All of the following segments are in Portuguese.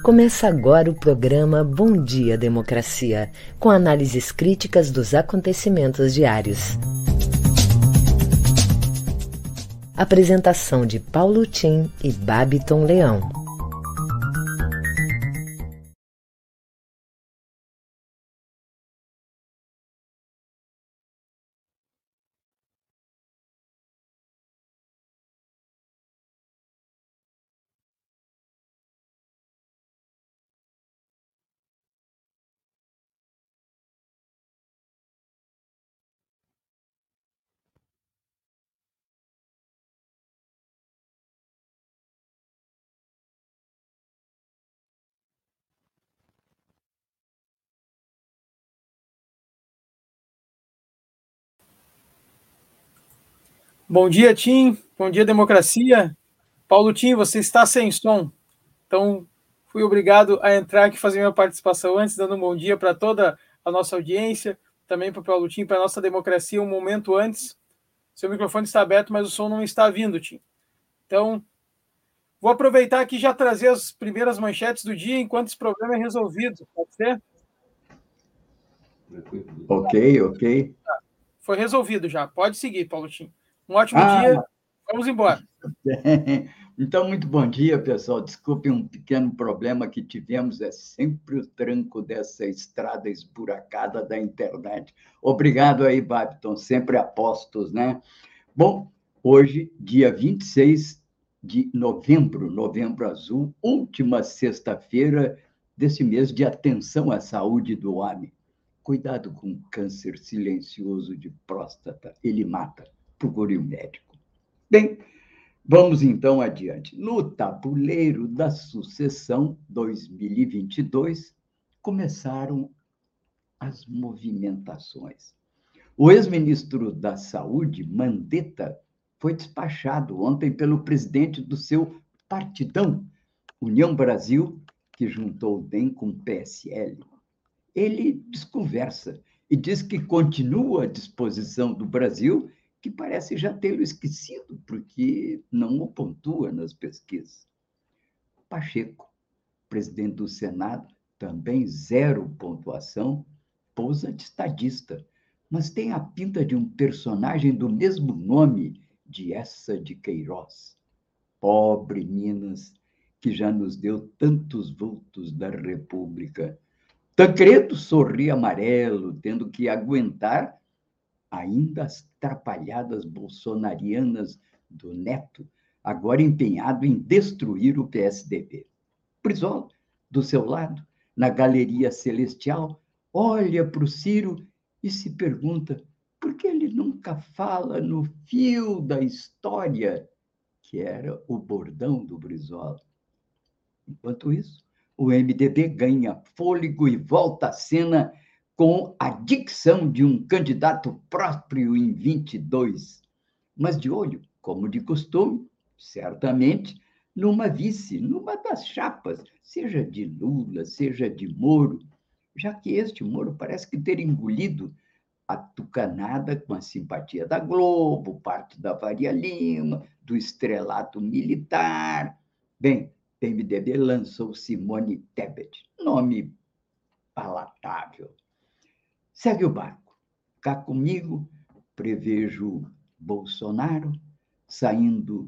Começa agora o programa Bom Dia Democracia, com análises críticas dos acontecimentos diários. Apresentação de Paulo Tim e Babiton Leão. Bom dia, Tim. Bom dia, democracia. Paulo Tim, você está sem som. Então, fui obrigado a entrar aqui e fazer minha participação antes, dando um bom dia para toda a nossa audiência, também para o Paulo Tim, para a nossa democracia, um momento antes. Seu microfone está aberto, mas o som não está vindo, Tim. Então, vou aproveitar aqui e já trazer as primeiras manchetes do dia enquanto esse problema é resolvido. Pode ser? Ok. Foi resolvido já. Pode seguir, Paulo Tim. Um ótimo dia. Vamos embora. Então, muito bom dia, pessoal. Desculpem um pequeno problema que tivemos, é sempre o tranco dessa estrada esburacada da internet. Obrigado aí, Babiton, sempre a postos, né? Bom, hoje, dia 26 de novembro, Novembro Azul, última sexta-feira desse mês de atenção à saúde do homem. Cuidado com o câncer silencioso de próstata, ele mata. Procure um médico. Bem, vamos então adiante. No tabuleiro da sucessão 2022, começaram as movimentações. O ex-ministro da Saúde, Mandetta, foi despachado ontem pelo presidente do seu partidão, União Brasil, que juntou o DEM com o PSL. Ele desconversa e diz que continua à disposição do Brasil, que parece já tê-lo esquecido, porque não o pontua nas pesquisas. Pacheco, presidente do Senado, também zero pontuação, pousa de estadista, mas tem a pinta de um personagem do mesmo nome de Essa de Queiroz. Pobre Minas, que já nos deu tantos vultos da República. Tancredo sorri amarelo, tendo que aguentar ainda as trapalhadas bolsonarianas do Neto, agora empenhado em destruir o PSDB. Brizola, do seu lado, na galeria celestial, olha para o Ciro e se pergunta por que ele nunca fala no fio da história, que era o bordão do Brizola. Enquanto isso, o MDB ganha fôlego e volta à cena com a dicção de um candidato próprio em 22, mas de olho, como de costume, certamente, numa vice, numa das chapas, seja de Lula, seja de Moro, já que este Moro parece que ter engolido a tucanada com a simpatia da Globo, parte da Faria Lima, do estrelato militar. Bem, o MDB lançou Simone Tebet, nome palatável. Segue o barco. Cá comigo, prevejo Bolsonaro saindo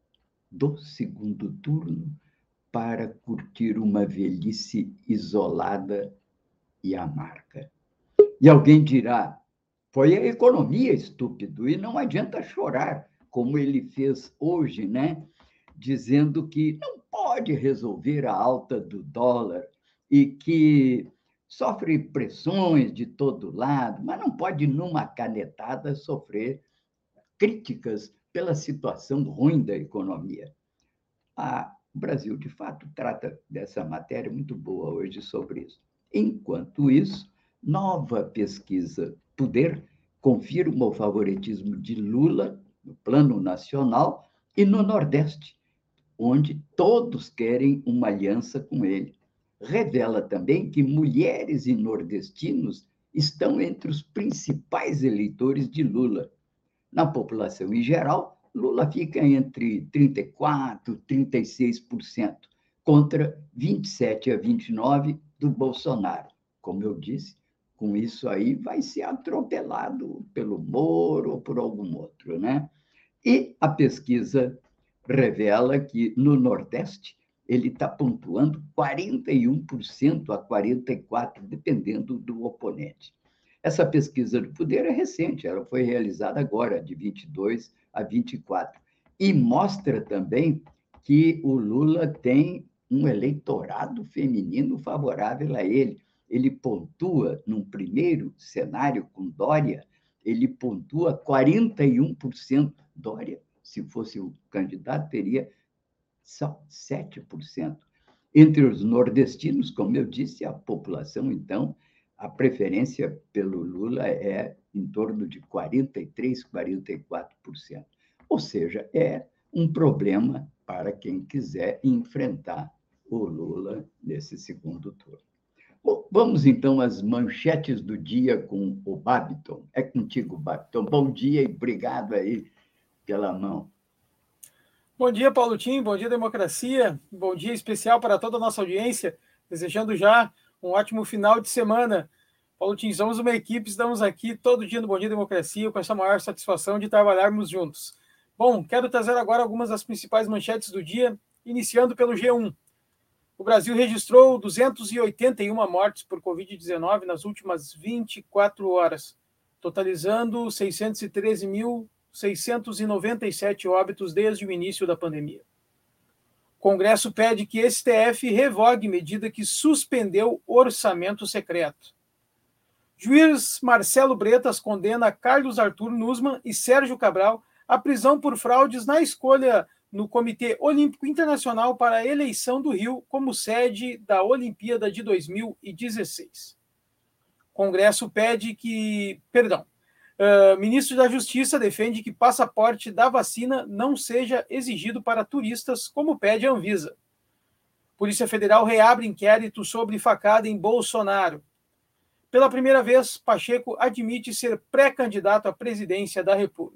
do segundo turno para curtir uma velhice isolada e amarga. E alguém dirá, foi a economia, estúpido, e não adianta chorar, como ele fez hoje, né? Dizendo que não pode resolver a alta do dólar e que sofre pressões de todo lado, mas não pode, numa canetada, sofrer críticas pela situação ruim da economia. O Brasil, de fato, trata dessa matéria muito boa hoje sobre isso. Enquanto isso, nova pesquisa Poder confirma o favoritismo de Lula no plano nacional e no Nordeste, onde todos querem uma aliança com ele. Revela também que mulheres e nordestinos estão entre os principais eleitores de Lula. Na população em geral, Lula fica entre 34% e 36%, contra 27 a 29 do Bolsonaro. Como eu disse, com isso aí vai ser atropelado pelo Moro ou por algum outro, né? E a pesquisa revela que no Nordeste ele está pontuando 41% a 44%, dependendo do oponente. Essa pesquisa do poder é recente, ela foi realizada agora, de 22 a 24, e mostra também que o Lula tem um eleitorado feminino favorável a ele. Ele pontua, num primeiro cenário com Dória, ele pontua 41%. Dória, se fosse o candidato, teria só 7%. Entre os nordestinos, como eu disse, a população, então, a preferência pelo Lula é em torno de 43%, 44%. Ou seja, é um problema para quem quiser enfrentar o Lula nesse segundo turno. Bom, vamos, então, às manchetes do dia com o Babiton. É contigo, Babiton. Bom dia e obrigado aí pela mão. Bom dia, Paulo Tim, bom dia, democracia, bom dia especial para toda a nossa audiência, desejando já um ótimo final de semana. Paulo Tim, somos uma equipe, estamos aqui todo dia no Bom Dia Democracia, com essa maior satisfação de trabalharmos juntos. Bom, quero trazer agora algumas das principais manchetes do dia, iniciando pelo G1. O Brasil registrou 281 mortes por Covid-19 nas últimas 24 horas, totalizando 697 óbitos desde o início da pandemia. O Congresso pede que STF revogue medida que suspendeu orçamento secreto. Juiz Marcelo Bretas condena Carlos Arthur Nussmann e Sérgio Cabral à prisão por fraudes na escolha no Comitê Olímpico Internacional para a eleição do Rio como sede da Olimpíada de 2016. O Congresso pede que... Ministro da Justiça defende que passaporte da vacina não seja exigido para turistas, como pede a Anvisa. Polícia Federal reabre inquérito sobre facada em Bolsonaro. Pela primeira vez, Pacheco admite ser pré-candidato à presidência da República.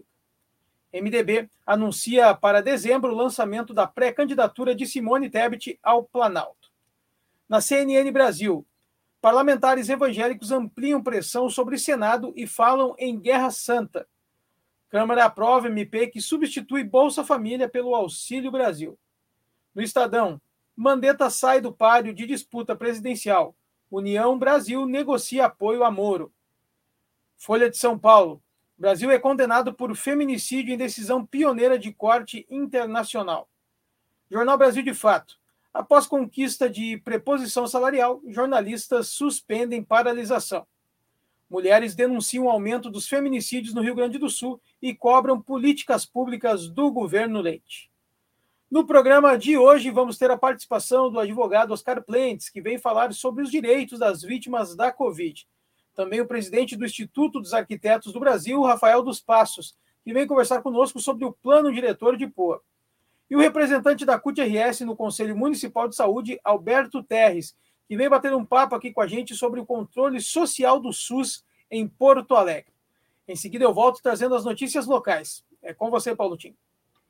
MDB anuncia para dezembro o lançamento da pré-candidatura de Simone Tebet ao Planalto. Na CNN Brasil, parlamentares evangélicos ampliam pressão sobre Senado e falam em Guerra Santa. Câmara aprova MP que substitui Bolsa Família pelo Auxílio Brasil. No Estadão, Mandetta sai do páreo de disputa presidencial. União Brasil negocia apoio a Moro. Folha de São Paulo. Brasil é condenado por feminicídio em decisão pioneira de corte internacional. Jornal Brasil de Fato. Após conquista de preposição salarial, jornalistas suspendem paralisação. Mulheres denunciam o aumento dos feminicídios no Rio Grande do Sul e cobram políticas públicas do governo Leite. No programa de hoje, vamos ter a participação do advogado Oscar Plentes, que vem falar sobre os direitos das vítimas da Covid. Também o presidente do Instituto dos Arquitetos do Brasil, Rafael dos Passos, que vem conversar conosco sobre o plano diretor de Poa. E o representante da CUT-RS no Conselho Municipal de Saúde, Alberto Terres, que vem bater um papo aqui com a gente sobre o controle social do SUS em Porto Alegre. Em seguida eu volto trazendo as notícias locais. É com você, Paulo Tim.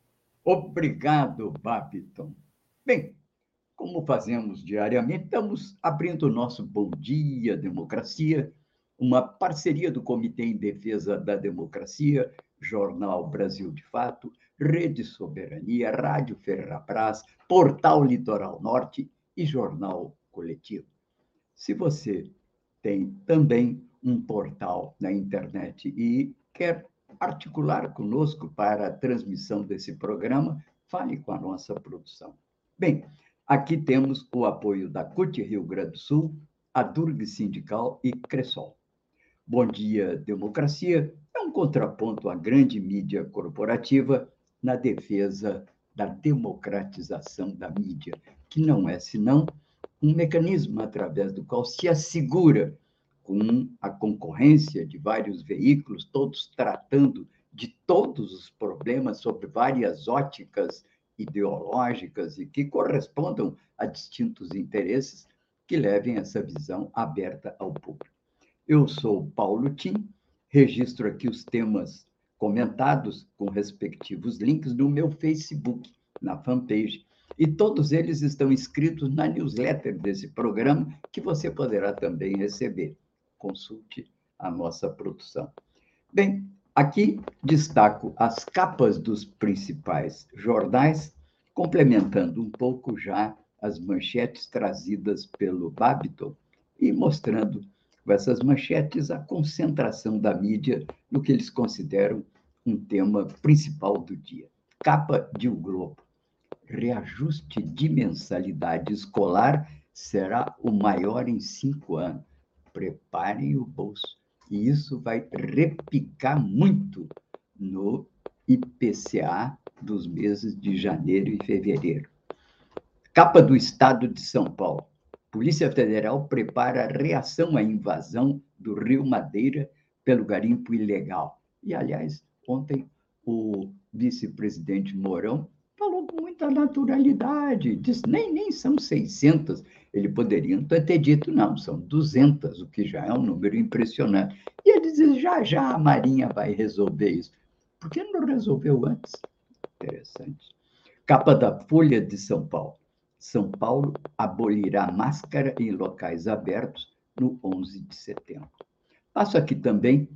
Obrigado, Babiton. Bem, como fazemos diariamente, estamos abrindo o nosso Bom Dia Democracia, uma parceria do Comitê em Defesa da Democracia, Jornal Brasil de Fato, Rede Soberania, Rádio Ferrabras, Portal Litoral Norte e Jornal Coletivo. Se você tem também um portal na internet e quer articular conosco para a transmissão desse programa, fale com a nossa produção. Bem, aqui temos o apoio da CUT Rio Grande do Sul, a Durg Sindical e Cressol. Bom Dia Democracia é um contraponto à grande mídia corporativa na defesa da democratização da mídia, que não é senão um mecanismo através do qual se assegura, com a concorrência de vários veículos, todos tratando de todos os problemas sob várias óticas ideológicas e que correspondam a distintos interesses que levem essa visão aberta ao público. Eu sou Paulo Tim, registro aqui os temas comentados com respectivos links no meu Facebook, na fanpage, E todos eles estão inscritos na newsletter desse programa, que você poderá também receber. Consulte a nossa produção. Bem, aqui destaco as capas dos principais jornais, complementando um pouco já as manchetes trazidas pelo Babiton e mostrando com essas manchetes a concentração da mídia no que eles consideram um tema principal do dia. Capa de O Globo. Reajuste de mensalidade escolar será o maior em 5 anos. Preparem o bolso. E isso vai repicar muito no IPCA dos meses de janeiro e fevereiro. Capa do Estado de São Paulo. Polícia Federal prepara reação à invasão do Rio Madeira pelo garimpo ilegal. E, aliás, ontem o vice-presidente Mourão falou com muita naturalidade, disse, nem são 600, ele poderia ter dito, não, são 200, o que já é um número impressionante. E ele diz, já a Marinha vai resolver isso. Por que não resolveu antes? Interessante. Capa da Folha de São Paulo. São Paulo abolirá máscara em locais abertos no 11 de setembro. Passo aqui também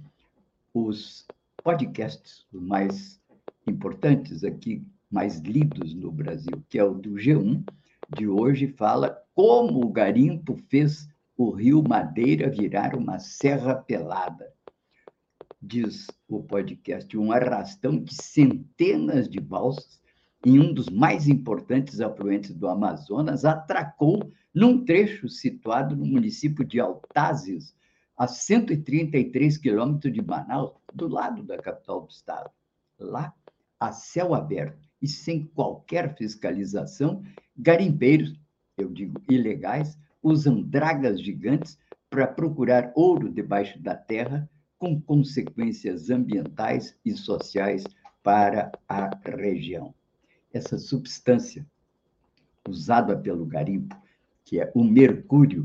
os podcasts mais importantes aqui, mais lidos no Brasil, que é o do G1, de hoje, fala como o garimpo fez o Rio Madeira virar uma serra pelada. Diz o podcast, um arrastão de centenas de balsas em um dos mais importantes afluentes do Amazonas, atracou num trecho situado no município de Altazes, a 133 quilômetros de Manaus, do lado da capital do estado. Lá, a céu aberto e sem qualquer fiscalização, garimpeiros, eu digo ilegais, usam dragas gigantes para procurar ouro debaixo da terra, com consequências ambientais e sociais para a região. Essa substância usada pelo garimpo, que é o mercúrio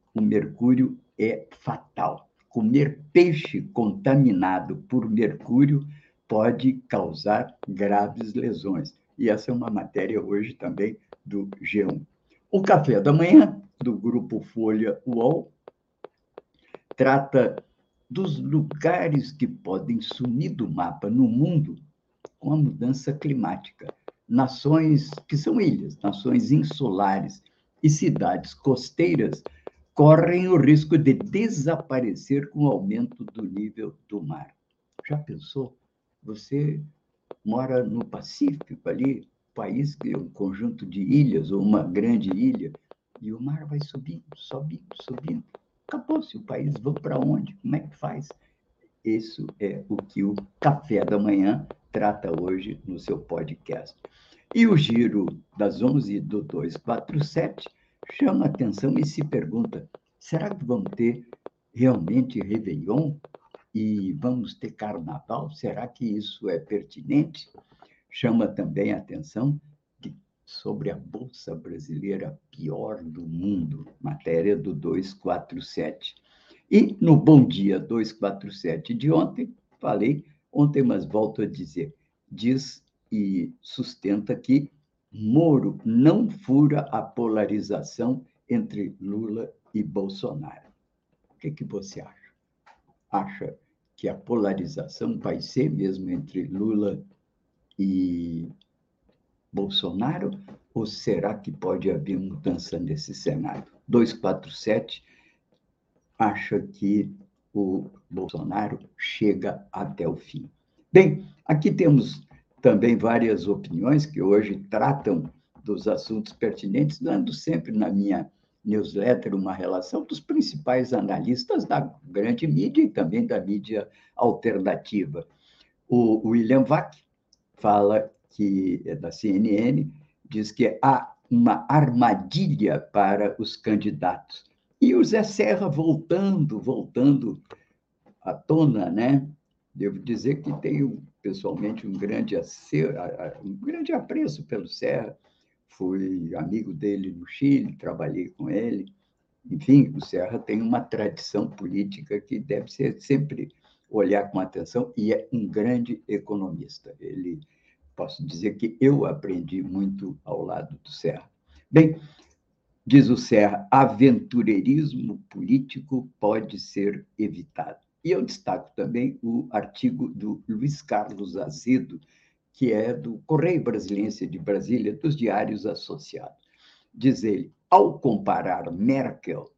é fatal. Comer peixe contaminado por mercúrio pode causar graves lesões. E essa é uma matéria hoje também do G1. O Café da Manhã, do Grupo Folha UOL, trata dos lugares que podem sumir do mapa no mundo com a mudança climática. Nações que são ilhas, nações insulares e cidades costeiras correm o risco de desaparecer com o aumento do nível do mar. Já pensou? Você mora no Pacífico, ali, país que é um conjunto de ilhas, ou uma grande ilha, e o mar vai subindo. Acabou-se o país, vão para onde? Como é que faz? Isso é o que o Café da Manhã trata hoje no seu podcast. E o Giro das 11 do 247 chama atenção e se pergunta, será que vamos ter realmente Réveillon? E vamos ter Carnaval? Será que isso é pertinente? Chama também a atenção sobre a Bolsa Brasileira pior do mundo, matéria do 247. E no Bom Dia 247 de ontem, falei ontem, mas volto a dizer, diz e sustenta que Moro não fura a polarização entre Lula e Bolsonaro. O que você acha? Acha que a polarização vai ser mesmo entre Lula e Bolsonaro? Ou será que pode haver mudança nesse cenário? 247 acha que o Bolsonaro chega até o fim. Bem, aqui temos também várias opiniões que hoje tratam dos assuntos pertinentes, dando sempre na minha newsletter uma relação dos principais analistas da grande mídia e também da mídia alternativa. O William Vac fala, que é da CNN, diz que há uma armadilha para os candidatos. E o Zé Serra voltando à tona, né? Devo dizer que tenho, pessoalmente, um grande apreço pelo Serra. Fui amigo dele no Chile, trabalhei com ele. Enfim, o Serra tem uma tradição política que deve ser sempre olhar com atenção e é um grande economista. Ele posso dizer que eu aprendi muito ao lado do Serra. Bem, diz o Serra, aventureirismo político pode ser evitado. E eu destaco também o artigo do Luiz Carlos Azedo, que é do Correio Brasiliense de Brasília, dos Diários Associados. Diz ele, ao comparar Merkel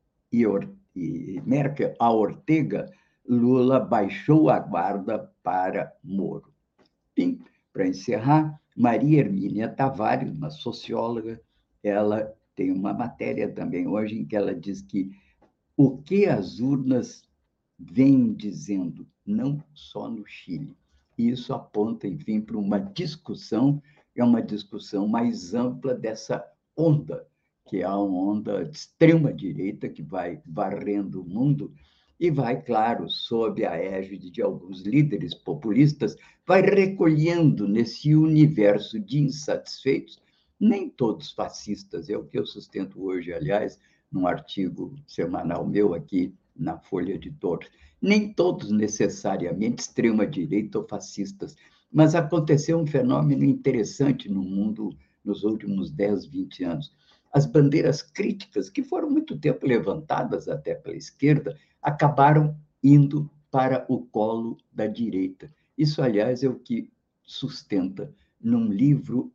a Ortega, Lula baixou a guarda para Moro. Enfim, para encerrar, Maria Hermínia Tavares, uma socióloga, ela tem uma matéria também hoje em que ela diz que o que as urnas vêm dizendo, não só no Chile. E isso aponta, enfim, para uma discussão, é uma discussão mais ampla dessa onda, que é a onda de extrema-direita que vai varrendo o mundo e vai, claro, sob a égide de alguns líderes populistas, vai recolhendo nesse universo de insatisfeitos, nem todos fascistas, é o que eu sustento hoje, aliás, num artigo semanal meu aqui na Folha Editora, nem todos necessariamente extrema-direita ou fascistas, mas aconteceu um fenômeno interessante no mundo nos últimos 10, 20 anos. As bandeiras críticas, que foram muito tempo levantadas até pela esquerda, acabaram indo para o colo da direita. Isso, aliás, é o que sustenta num livro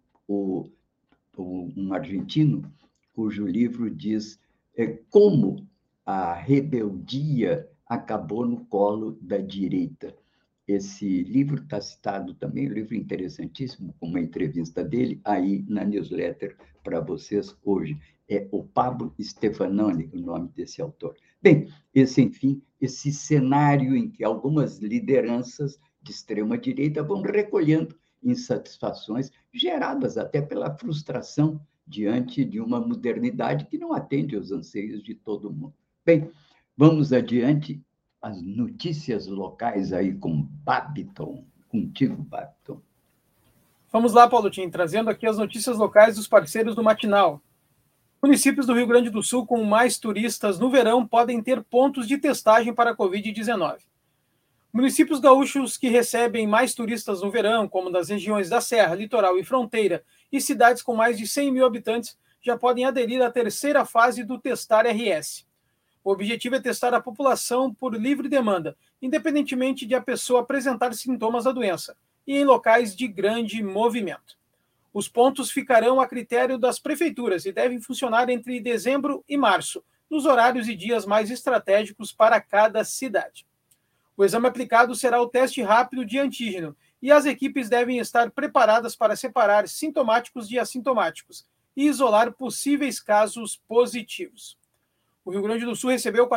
um argentino, cujo livro diz como a rebeldia acabou no colo da direita. Esse livro está citado também, um livro interessantíssimo, com uma entrevista dele aí na newsletter para vocês hoje. É o Pablo Stefanoni, o nome desse autor. Bem, enfim, esse cenário em que algumas lideranças de extrema-direita vão recolhendo insatisfações geradas até pela frustração diante de uma modernidade que não atende aos anseios de todo mundo. Bem, vamos adiante. As notícias locais aí com Babiton. Contigo, Babiton. Vamos lá, Paulo Tim, trazendo aqui as notícias locais dos parceiros do Matinal. Municípios do Rio Grande do Sul com mais turistas no verão podem ter pontos de testagem para a Covid-19. Municípios gaúchos que recebem mais turistas no verão, como das regiões da Serra, Litoral e Fronteira, e cidades com mais de 100 mil habitantes, já podem aderir à terceira fase do Testar RS. O objetivo é testar a população por livre demanda, independentemente de a pessoa apresentar sintomas da doença, e em locais de grande movimento. Os pontos ficarão a critério das prefeituras e devem funcionar entre dezembro e março, nos horários e dias mais estratégicos para cada cidade. O exame aplicado será o teste rápido de antígeno, e as equipes devem estar preparadas para separar sintomáticos de assintomáticos e isolar possíveis casos positivos. O Rio Grande do Sul recebeu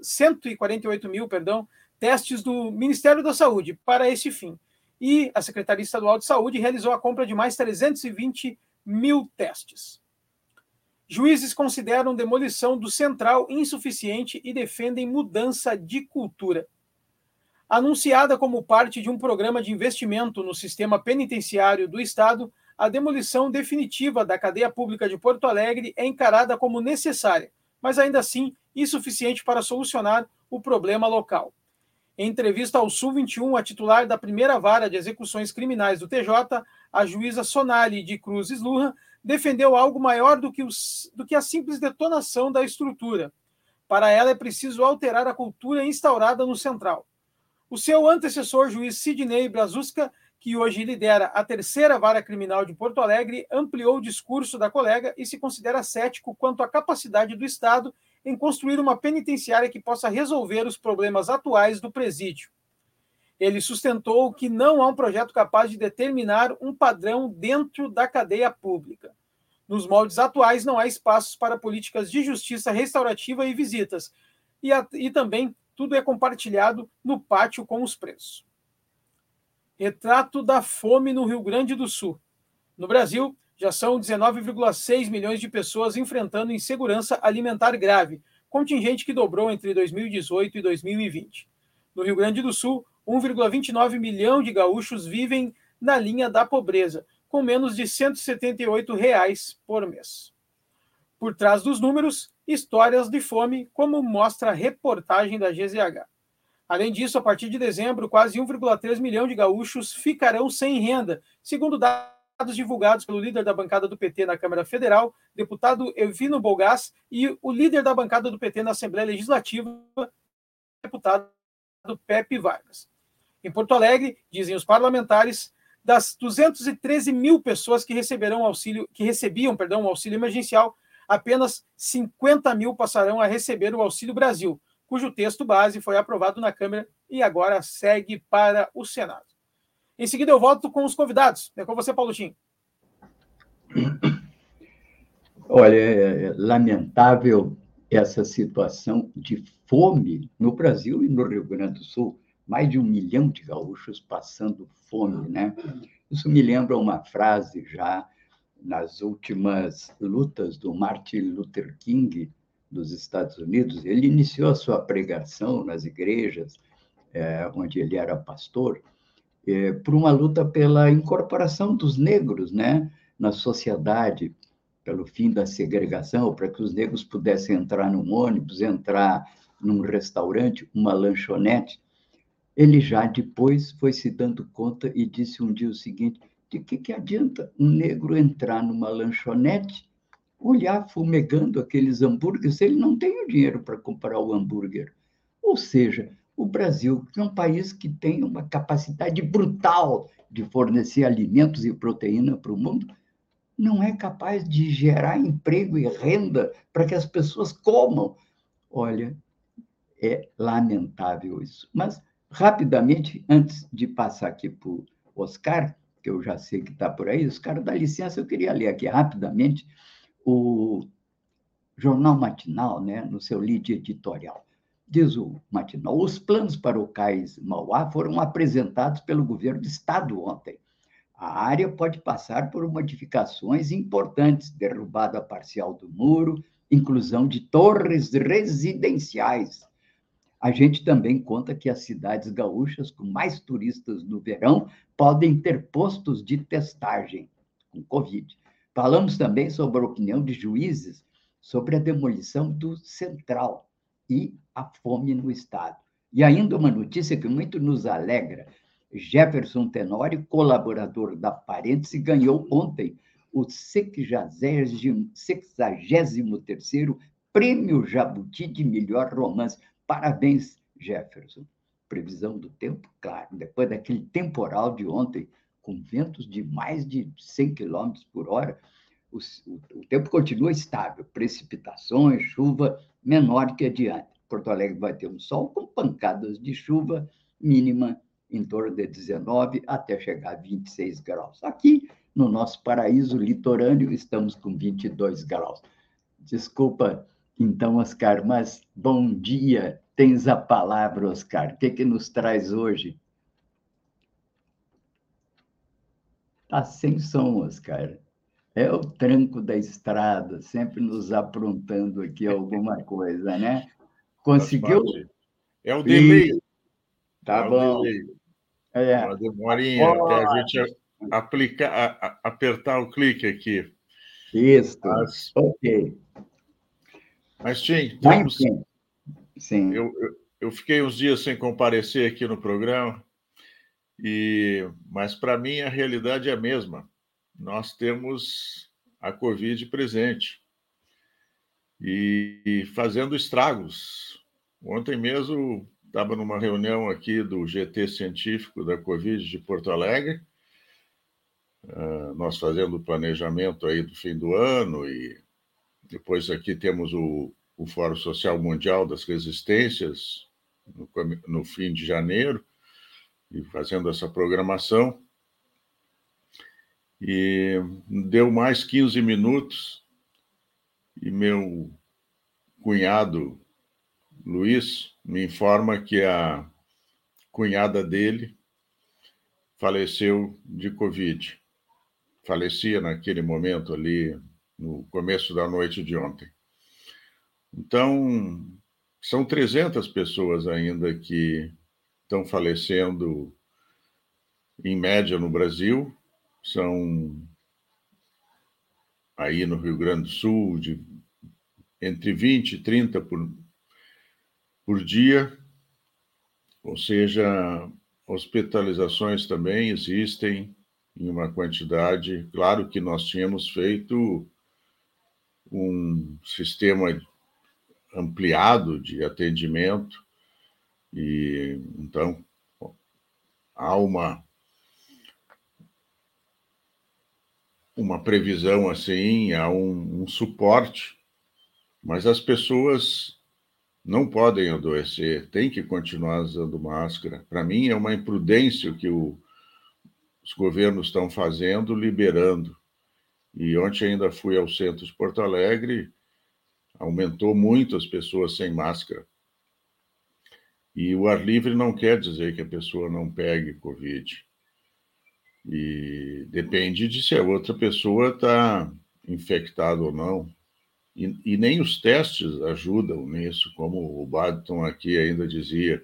148 mil testes do Ministério da Saúde para esse fim. E a Secretaria Estadual de Saúde realizou a compra de mais 320 mil testes. Juízes consideram demolição do Central insuficiente e defendem mudança de cultura. Anunciada como parte de um programa de investimento no sistema penitenciário do Estado, a demolição definitiva da cadeia pública de Porto Alegre é encarada como necessária, mas ainda assim insuficiente para solucionar o problema local. Em entrevista ao Sul 21, a titular da primeira vara de execuções criminais do TJ, a juíza Sonali de Cruzes Lurra, defendeu algo maior do que a simples detonação da estrutura. Para ela, é preciso alterar a cultura instaurada no Central. O seu antecessor, juiz Sidney Brazuska, que hoje lidera a terceira vara criminal de Porto Alegre, ampliou o discurso da colega e se considera cético quanto à capacidade do Estado em construir uma penitenciária que possa resolver os problemas atuais do presídio. Ele sustentou que não há um projeto capaz de determinar um padrão dentro da cadeia pública. Nos moldes atuais, não há espaços para políticas de justiça restaurativa e visitas, e também tudo é compartilhado no pátio com os presos. Retrato da fome no Rio Grande do Sul. No Brasil, já são 19,6 milhões de pessoas enfrentando insegurança alimentar grave, contingente que dobrou entre 2018 e 2020. No Rio Grande do Sul, 1,29 milhão de gaúchos vivem na linha da pobreza, com menos de R$ 178 por mês. Por trás dos números, histórias de fome, como mostra a reportagem da GZH. Além disso, a partir de dezembro, quase 1,3 milhão de gaúchos ficarão sem renda, segundo dados divulgados pelo líder da bancada do PT na Câmara Federal, deputado Evino Bolgás, e o líder da bancada do PT na Assembleia Legislativa, deputado Pepe Vargas. Em Porto Alegre, dizem os parlamentares, das 213 mil pessoas que recebiam auxílio emergencial, apenas 50 mil passarão a receber o Auxílio Brasil, cujo texto base foi aprovado na Câmara e agora segue para o Senado. Em seguida, eu volto com os convidados. É com você, Paulo Tim. Olha, é lamentável essa situação de fome no Brasil e no Rio Grande do Sul. Mais de 1 milhão de gaúchos passando fome, né? Isso me lembra uma frase já nas últimas lutas do Martin Luther King dos Estados Unidos. Ele iniciou a sua pregação nas igrejas, onde ele era pastor, por uma luta pela incorporação dos negros, né, na sociedade, pelo fim da segregação, para que os negros pudessem entrar num ônibus, entrar num restaurante, uma lanchonete. Ele já depois foi se dando conta e disse um dia o seguinte: de que adianta um negro entrar numa lanchonete, olhar fumegando aqueles hambúrgueres, se ele não tem o dinheiro para comprar o hambúrguer? Ou seja, o Brasil, que é um país que tem uma capacidade brutal de fornecer alimentos e proteína para o mundo, não é capaz de gerar emprego e renda para que as pessoas comam. Olha, é lamentável isso. Mas, rapidamente, antes de passar aqui para o Oscar, que eu já sei que está por aí, Oscar, dá licença, eu queria ler aqui rapidamente o Jornal Matinal, né, no seu lead editorial. Diz o Matinal: os planos para o Cais Mauá foram apresentados pelo governo do estado ontem. A área pode passar por modificações importantes, derrubada parcial do muro, inclusão de torres residenciais. A gente também conta que as cidades gaúchas com mais turistas no verão podem ter postos de testagem com Covid. Falamos também sobre a opinião de juízes sobre a demolição do Central e a fome no estado. E ainda uma notícia que muito nos alegra: Jefferson Tenório, colaborador da Parêntese, ganhou ontem o 63º Prêmio Jabuti de Melhor Romance. Parabéns, Jefferson. Previsão do tempo, claro, depois daquele temporal de ontem, com ventos de mais de 100 km por hora, o tempo continua estável, precipitações, chuva menor que adiante. Porto Alegre vai ter um sol com pancadas de chuva, mínima em torno de 19 até chegar a 26 graus. Aqui, no nosso paraíso litorâneo, estamos com 22 graus. Desculpa, então, Oscar, mas bom dia. Tens a palavra, Oscar. O que nos traz hoje? Está sem som, Oscar. É o tranco da estrada, sempre nos aprontando aqui alguma coisa, né? Conseguiu? É o delay. Tá bom. Uma demorinha até a gente apertar o clique aqui. Isso, ok. Mas, Tim, sim. Eu fiquei uns dias sem comparecer aqui no programa, mas para mim a realidade é a mesma. Nós temos a Covid presente e fazendo estragos. Ontem mesmo estava numa reunião aqui do GT Científico da Covid de Porto Alegre, nós fazendo o planejamento aí do fim do ano, e depois aqui temos o Fórum Social Mundial das Resistências, no fim de janeiro, e fazendo essa programação. E deu mais 15 minutos, e meu cunhado, Luiz, me informa que a cunhada dele faleceu de Covid. Falecia naquele momento ali, no começo da noite de ontem. Então, são 300 pessoas ainda que estão falecendo, em média, no Brasil. São, aí no Rio Grande do Sul, entre 20 e 30 por dia. Ou seja, hospitalizações também existem em uma quantidade. Claro que nós tínhamos feito um sistema ampliado de atendimento, e então há uma previsão assim, há um suporte, mas as pessoas não podem adoecer, tem que continuar usando máscara. Para mim, é uma imprudência que os governos estão fazendo, liberando. E ontem ainda fui ao centro de Porto Alegre, aumentou muito as pessoas sem máscara. E o ar livre não quer dizer que a pessoa não pegue Covid. E depende de se a outra pessoa está infectada ou não. E nem os testes ajudam nisso, como o Babiton aqui ainda dizia.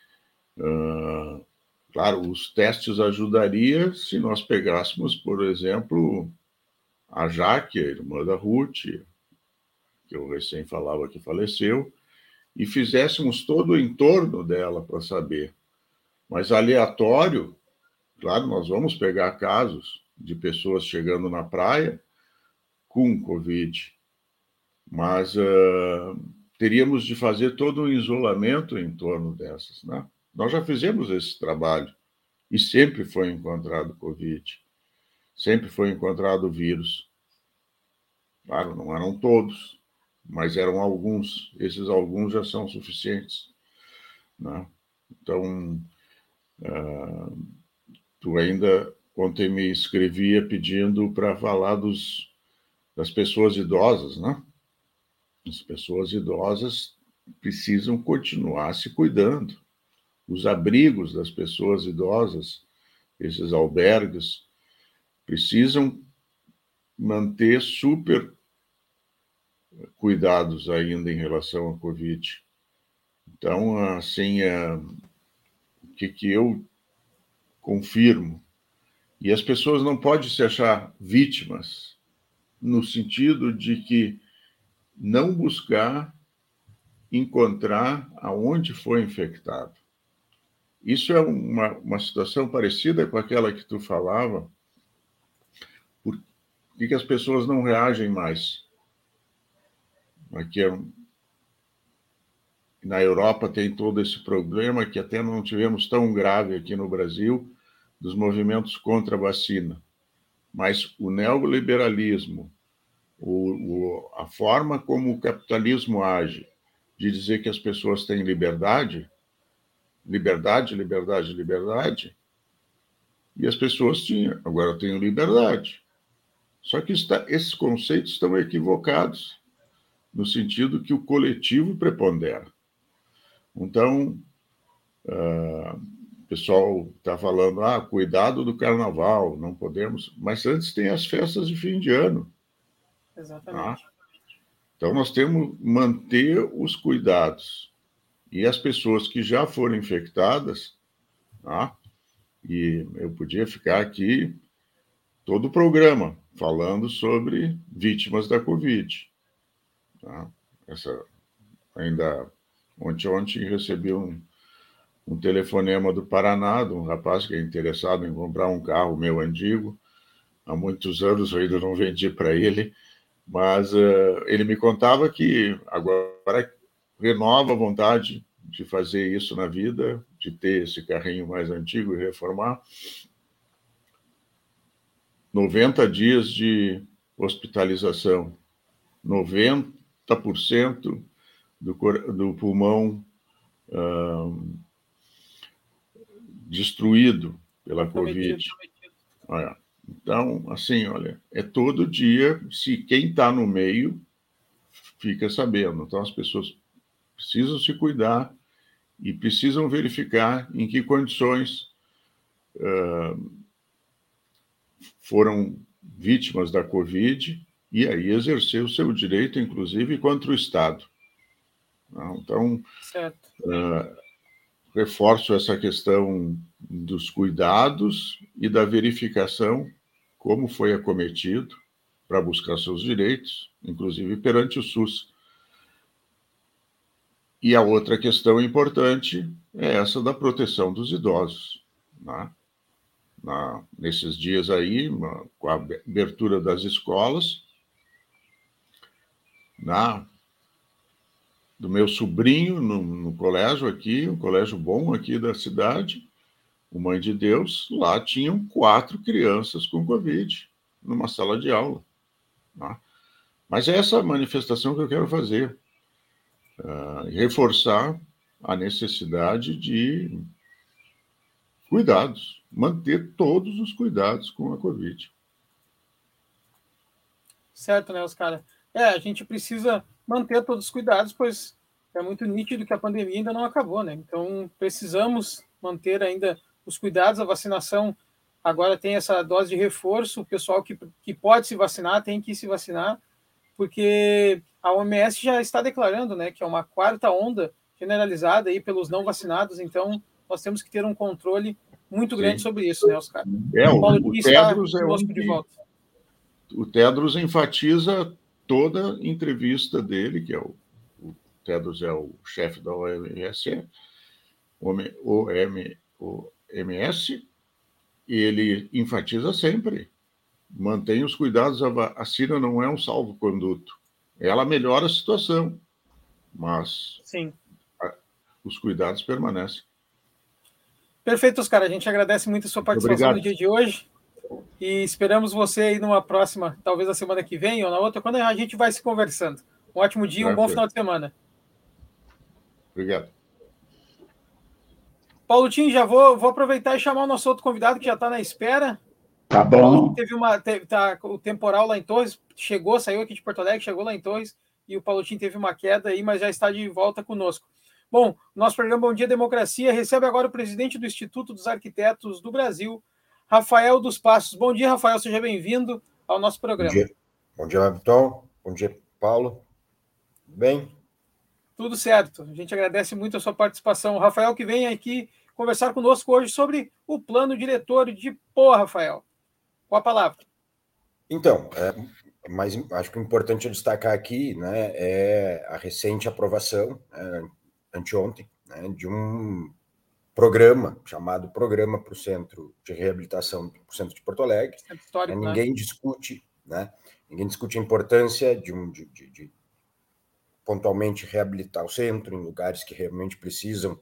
Claro, os testes ajudariam se nós pegássemos, por exemplo, a Jaque, a irmã da Ruth, que eu recém falava que faleceu, e fizéssemos todo o entorno dela para saber. Mas aleatório, claro, nós vamos pegar casos de pessoas chegando na praia com Covid, mas teríamos de fazer todo um isolamento em torno dessas, né? Nós já fizemos esse trabalho e sempre foi encontrado Covid, sempre foi encontrado vírus. Claro, não eram todos, mas eram alguns. Esses alguns já são suficientes, né? Então, tu ainda ontem me escrevia pedindo para falar das pessoas idosas, né? As pessoas idosas precisam continuar se cuidando. Os abrigos das pessoas idosas, esses albergues, precisam manter super cuidados ainda em relação à Covid. Então, assim, o que eu confirmo, e as pessoas não podem se achar vítimas, no sentido de que não buscar encontrar aonde foi infectado. Isso é uma situação parecida com aquela que tu falava. Por que as pessoas não reagem mais? Aqui na Europa tem todo esse problema que até não tivemos tão grave aqui no Brasil, dos movimentos contra a vacina. Mas o neoliberalismo, a forma como o capitalismo age, de dizer que as pessoas têm liberdade, liberdade, liberdade, liberdade, e as pessoas tinham, agora eu tenho liberdade. Só que esses conceitos estão equivocados, no sentido que o coletivo prepondera. Então, o pessoal está falando, cuidado do carnaval, não podemos, mas antes tem as festas de fim de ano. Exatamente. Então, nós temos que manter os cuidados. E as pessoas que já foram infectadas, e eu podia ficar aqui todo o programa falando sobre vítimas da Covid. Ainda ontem recebi um telefonema do Paraná, de um rapaz que é interessado em comprar um carro meu antigo. Há muitos anos eu ainda não vendi para ele, mas ele me contava que agora renova a vontade de fazer isso na vida, de ter esse carrinho mais antigo e reformar. 90 dias de hospitalização, 90% do pulmão destruído pela Covid. Então, assim, olha, é todo dia, se quem está no meio fica sabendo. Então, as pessoas precisam se cuidar e precisam verificar em que condições foram vítimas da Covid e aí exercer o seu direito, inclusive, contra o Estado. Então, reforço essa questão dos cuidados e da verificação como foi acometido para buscar seus direitos, inclusive perante o SUS. E a outra questão importante é essa da proteção dos idosos, né? nesses dias aí, com a abertura das escolas, do meu sobrinho no colégio aqui, um colégio bom aqui da cidade, o Mãe de Deus, lá tinham 4 crianças com Covid numa sala de aula. Mas é essa manifestação que eu quero fazer, reforçar a necessidade de cuidados, manter todos os cuidados com a Covid. Certo, né, Oscar? A gente precisa manter todos os cuidados, pois é muito nítido que a pandemia ainda não acabou, né? Então, precisamos manter ainda os cuidados. A vacinação agora tem essa dose de reforço. O pessoal que pode se vacinar tem que se vacinar, porque a OMS já está declarando, né, que é uma 4ª onda generalizada aí pelos não vacinados. Então, nós temos que ter um controle muito grande sobre isso, né, Oscar? O Tedros é um de volta. O Tedros enfatiza toda entrevista dele, que é o Tedros é o chefe da OMS, e ele enfatiza sempre: mantém os cuidados, a vacina não é um salvo-conduto. Ela melhora a situação, mas sim, os cuidados permanecem. Perfeito, Oscar. A gente agradece muito a sua participação no dia de hoje e esperamos você aí numa próxima, talvez na semana que vem ou na outra, quando a gente vai se conversando. Um ótimo dia, um bom final de semana. Obrigado. Paulo Tim, já vou aproveitar e chamar o nosso outro convidado que já está na espera. Tá bom. O temporal lá em Torres, saiu aqui de Porto Alegre, chegou lá em Torres, e o Paulo Tim teve uma queda aí, mas já está de volta conosco. Bom, nosso programa Bom Dia Democracia recebe agora o presidente do Instituto dos Arquitetos do Brasil, Rafael dos Passos. Bom dia, Rafael, seja bem-vindo ao nosso programa. Bom dia, Wellington. Bom dia, Paulo. Tudo bem? Tudo certo. A gente agradece muito a sua participação. O Rafael que vem aqui conversar conosco hoje sobre o plano diretor de Rafael. Com a palavra. Então, mas acho que o importante é destacar aqui, né, é a recente aprovação, anteontem, né, de um programa chamado Programa para o Centro de Reabilitação do Centro de Porto Alegre. Ninguém discute, né? Ninguém discute a importância de pontualmente reabilitar o centro em lugares que realmente precisam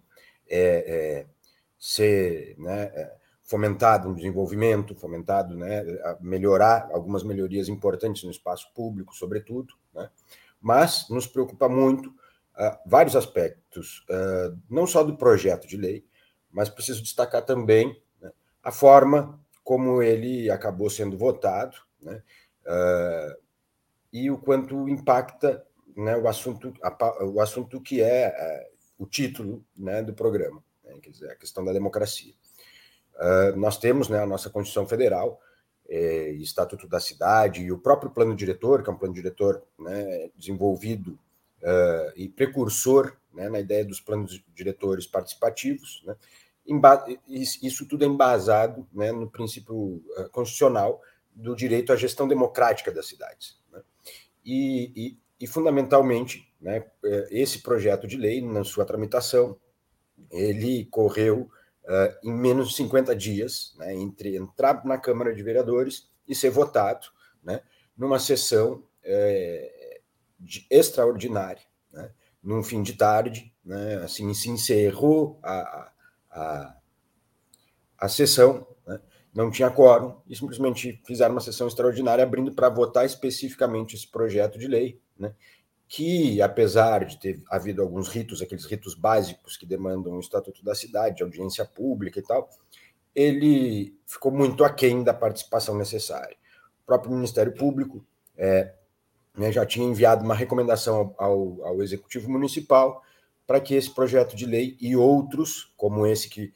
ser, né, fomentado um desenvolvimento, fomentado, né, a melhorar algumas melhorias importantes no espaço público, sobretudo, né? Mas nos preocupa muito vários aspectos, não só do projeto de lei, mas preciso destacar também, né, a forma como ele acabou sendo votado, né, e o quanto impacta, né, o assunto que é o título, né, do programa, né, quer dizer, a questão da democracia. Nós temos, né, a nossa Constituição Federal, Estatuto da Cidade e o próprio plano diretor, que é um plano diretor, né, desenvolvido e precursor, né, na ideia dos planos diretores participativos, né, isso tudo é embasado, né, no princípio constitucional do direito à gestão democrática das cidades, né? E fundamentalmente, né, esse projeto de lei, na sua tramitação, ele correu em menos de 50 dias, né, entre entrar na Câmara de Vereadores e ser votado, né, numa sessão extraordinária, né, num fim de tarde, né, assim, se encerrou a sessão, né, não tinha quórum, e simplesmente fizeram uma sessão extraordinária abrindo para votar especificamente esse projeto de lei, né, que, apesar de ter havido alguns ritos, aqueles ritos básicos que demandam o Estatuto da Cidade, audiência pública e tal, ele ficou muito aquém da participação necessária. O próprio Ministério Público né, já tinha enviado uma recomendação ao Executivo Municipal para que esse projeto de lei e outros, como esse que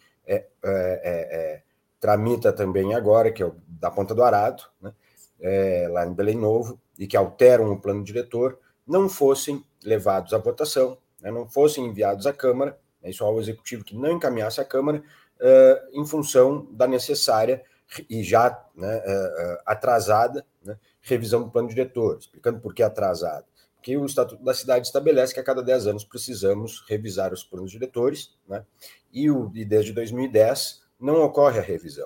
tramita também agora, que é o da Ponta do Arado, né, lá em Belém Novo, e que alteram o plano diretor, não fossem levados à votação, né, não fossem enviados à Câmara, né, isso ao Executivo que não encaminhasse à Câmara, em função da necessária e já, né, atrasada, né, revisão do plano diretor. Explicando por que atrasada. Porque o Estatuto da Cidade estabelece que a cada 10 anos precisamos revisar os planos diretores, né, e desde 2010 não ocorre a revisão.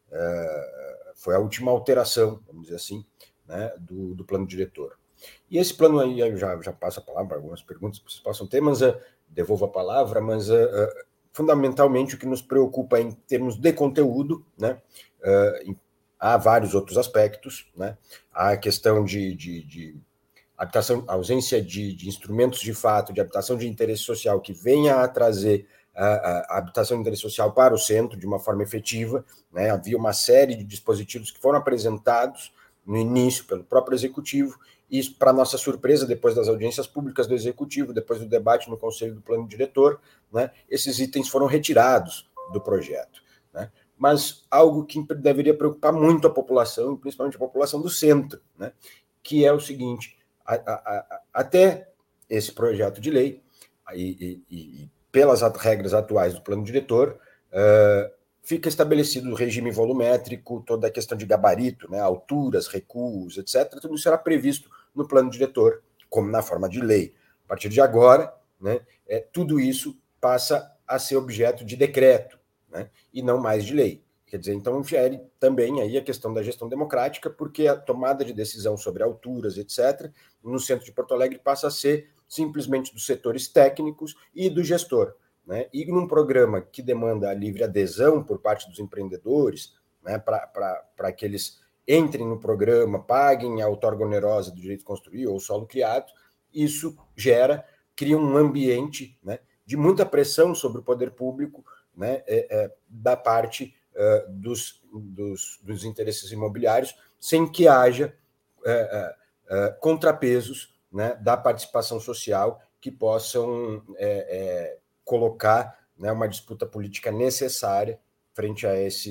Foi a última alteração, vamos dizer assim, né, do plano diretor. E esse plano aí, eu já passo a palavra para algumas perguntas que vocês possam ter, mas devolvo a palavra, mas fundamentalmente o que nos preocupa em termos de conteúdo, né, há vários outros aspectos, né, há a questão de habitação, ausência de instrumentos de fato, de habitação de interesse social que venha a trazer a habitação de interesse social para o centro de uma forma efetiva, né? Havia uma série de dispositivos que foram apresentados no início pelo próprio Executivo, e, para nossa surpresa, depois das audiências públicas do Executivo, depois do debate no Conselho do Plano Diretor, né, esses itens foram retirados do projeto, né? Mas algo que deveria preocupar muito a população, principalmente a população do centro, né, que é o seguinte: até esse projeto de lei, e pelas regras atuais do plano diretor, fica estabelecido o regime volumétrico, toda a questão de gabarito, né, alturas, recuos, etc. Tudo isso será previsto no plano diretor, como na forma de lei. A partir de agora, né, tudo isso passa a ser objeto de decreto, né, e não mais de lei. Quer dizer, então infere também aí a questão da gestão democrática, porque a tomada de decisão sobre alturas, etc., no centro de Porto Alegre passa a ser simplesmente dos setores técnicos e do gestor, né? E num programa que demanda a livre adesão por parte dos empreendedores, né, para que eles entrem no programa, paguem a outorga onerosa do direito de construir ou solo criado, isso cria um ambiente, né, de muita pressão sobre o poder público, né, da parte dos interesses imobiliários, sem que haja contrapesos, né, da participação social que possam colocar, né, uma disputa política necessária frente a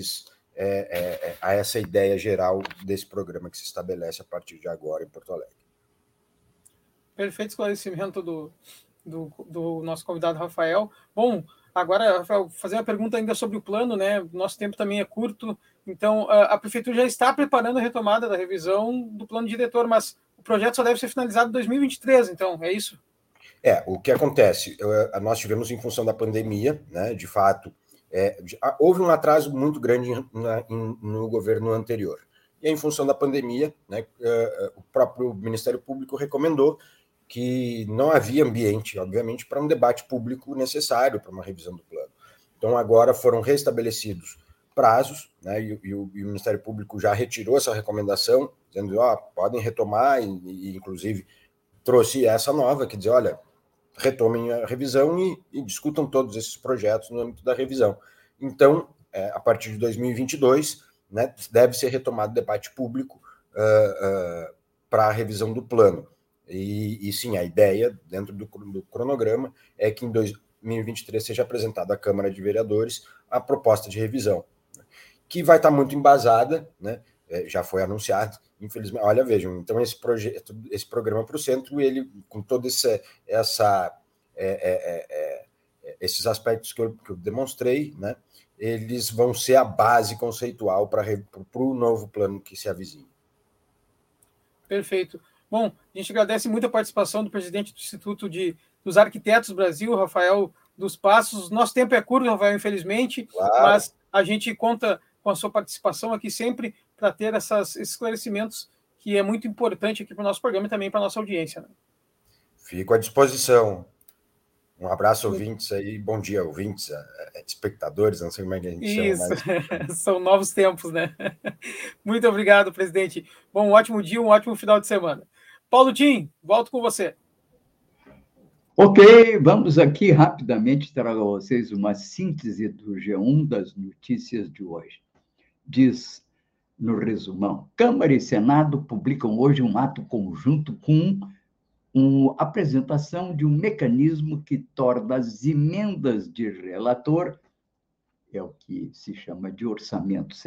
essa ideia geral desse programa que se estabelece a partir de agora em Porto Alegre. Perfeito esclarecimento do nosso convidado Rafael. Bom, agora, Rafael, fazer uma pergunta ainda sobre o plano, né? Nosso tempo também é curto, então a Prefeitura já está preparando a retomada da revisão do plano diretor, mas o projeto só deve ser finalizado em 2023, então, é isso? O que acontece? Nós tivemos, em função da pandemia, né, de fato, houve um atraso muito grande no governo anterior. E, em função da pandemia, né, o próprio Ministério Público recomendou que não havia ambiente, obviamente, para um debate público necessário para uma revisão do plano. Então, agora foram restabelecidos prazos, né, e o Ministério Público já retirou essa recomendação, dizendo que podem retomar, e inclusive trouxe essa nova, que diz, olha, retomem a revisão e discutam todos esses projetos no âmbito da revisão. Então, a partir de 2022, né, deve ser retomado o debate público para a revisão do plano. E sim, a ideia, dentro do cronograma, é que em 2023 seja apresentada à Câmara de Vereadores a proposta de revisão, né, que vai estar muito embasada, né, já foi anunciado, infelizmente. Olha, vejam, então esse programa para o centro, ele, com todo esses aspectos que eu demonstrei, né, eles vão ser a base conceitual para o novo plano que se avizinha. Perfeito. Bom, a gente agradece muito a participação do presidente do Instituto dos Arquitetos do Brasil, Rafael dos Passos. Nosso tempo é curto, Rafael, infelizmente, claro, mas a gente conta com a sua participação aqui sempre para ter esses esclarecimentos, que é muito importante aqui para o nosso programa e também para a nossa audiência, né? Fico à disposição. Um abraço, ouvintes aí. Bom dia, ouvintes, espectadores, não sei como é que a gente chama. Mas... São novos tempos, né? Muito obrigado, presidente. Bom, um ótimo dia, um ótimo final de semana. Paulo Tim, volto com você. Ok, vamos aqui rapidamente trazer a vocês uma síntese do G1 das notícias de hoje. Diz, no resumão, Câmara e Senado publicam hoje um ato conjunto com uma apresentação de um mecanismo que torna as emendas de relator, é o que se chama de orçamento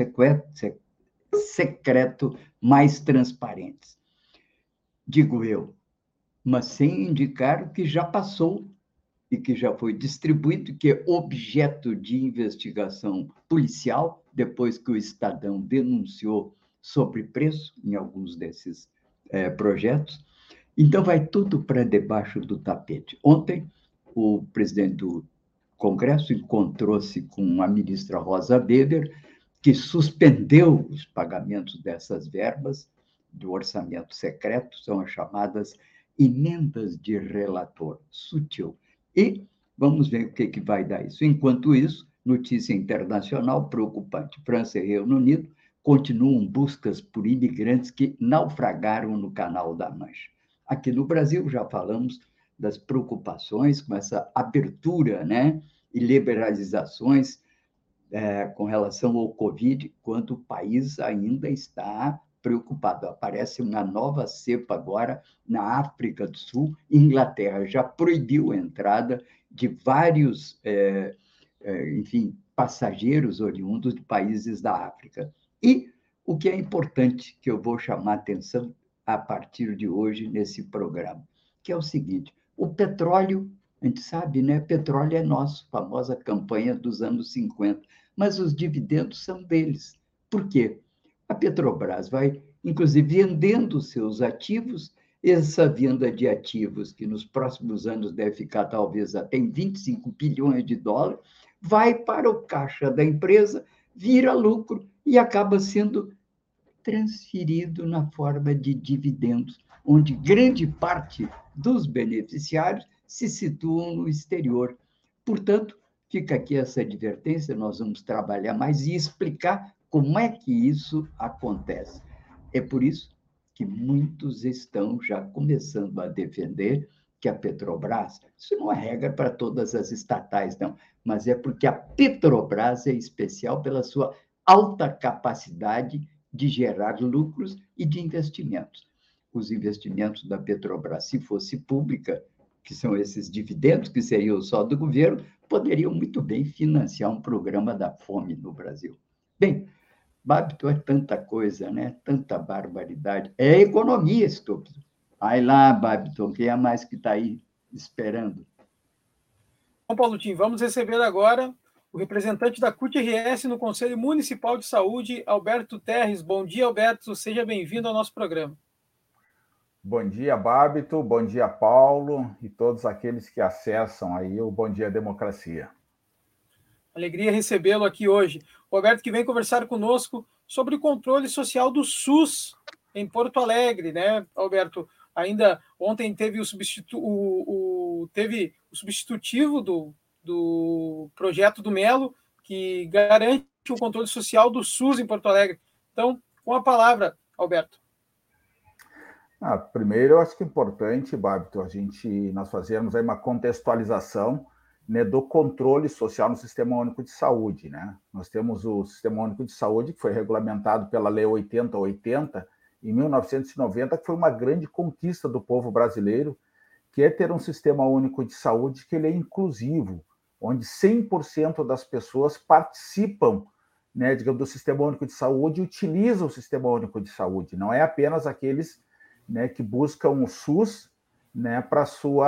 secreto, mais transparentes. Digo eu, mas sem indicar o que já passou e que já foi distribuído, que é objeto de investigação policial, depois que o Estadão denunciou sobrepreço em alguns desses projetos. Então, vai tudo para debaixo do tapete. Ontem, o presidente do Congresso encontrou-se com a ministra Rosa Weber que suspendeu os pagamentos dessas verbas do orçamento secreto, são as chamadas emendas de relator, sutil. E vamos ver o que vai dar isso. Enquanto isso, notícia internacional preocupante: França e Reino Unido continuam buscas por imigrantes que naufragaram no Canal da Mancha. Aqui no Brasil, já falamos das preocupações com essa abertura, né, e liberalizações com relação ao Covid, quando o país ainda está preocupado. Aparece uma nova cepa agora na África do Sul. Inglaterra já proibiu a entrada de vários, enfim, passageiros oriundos de países da África. E o que é importante, que eu vou chamar a atenção a partir de hoje nesse programa, que é o seguinte: o petróleo, a gente sabe, né? Petróleo é nosso, famosa campanha dos anos 50, mas os dividendos são deles. Por quê? A Petrobras vai, inclusive, vendendo seus ativos. Essa venda de ativos, que nos próximos anos deve ficar talvez até em 25 bilhões de dólares, vai para o caixa da empresa, vira lucro e acaba sendo transferido na forma de dividendos, onde grande parte dos beneficiários se situam no exterior. Portanto, fica aqui essa advertência, nós vamos trabalhar mais e explicar como é que isso acontece. É por isso que muitos estão já começando a defender que a Petrobras, isso não é regra para todas as estatais, não, mas é porque a Petrobras é especial pela sua alta capacidade de gerar lucros e de investimentos. Os investimentos da Petrobras, se fosse pública, que são esses dividendos, que seriam só do governo, poderiam muito bem financiar um programa da fome no Brasil. Bem, Babiton, é tanta coisa, né? Tanta barbaridade. É economia, estúpido. Vai lá, Babiton, quem é mais que está aí esperando? Bom, Paulo Tim, vamos receber agora o representante da CUT-RS no Conselho Municipal de Saúde, Alberto Terres. Bom dia, Alberto. Seja bem-vindo ao nosso programa. Bom dia, Babito. Bom dia, Paulo, e todos aqueles que acessam aí o Bom Dia Democracia. Alegria recebê-lo aqui hoje. O Alberto que vem conversar conosco sobre o controle social do SUS em Porto Alegre, né, Alberto? Ainda ontem teve o substitutivo do projeto do Melo, que garante o controle social do SUS em Porto Alegre. Então, com a palavra, Alberto. Primeiro, eu acho que é importante, Babito, nós fazermos aí uma contextualização, né, do controle social no Sistema Único de Saúde, né? Nós temos o Sistema Único de Saúde, que foi regulamentado pela Lei 8080, em 1990, que foi uma grande conquista do povo brasileiro, que é ter um Sistema Único de Saúde que ele é inclusivo, onde 100% das pessoas participam, né, digamos, do Sistema Único de Saúde e utilizam o Sistema Único de Saúde. Não é apenas aqueles, né, que buscam o SUS, né, para seu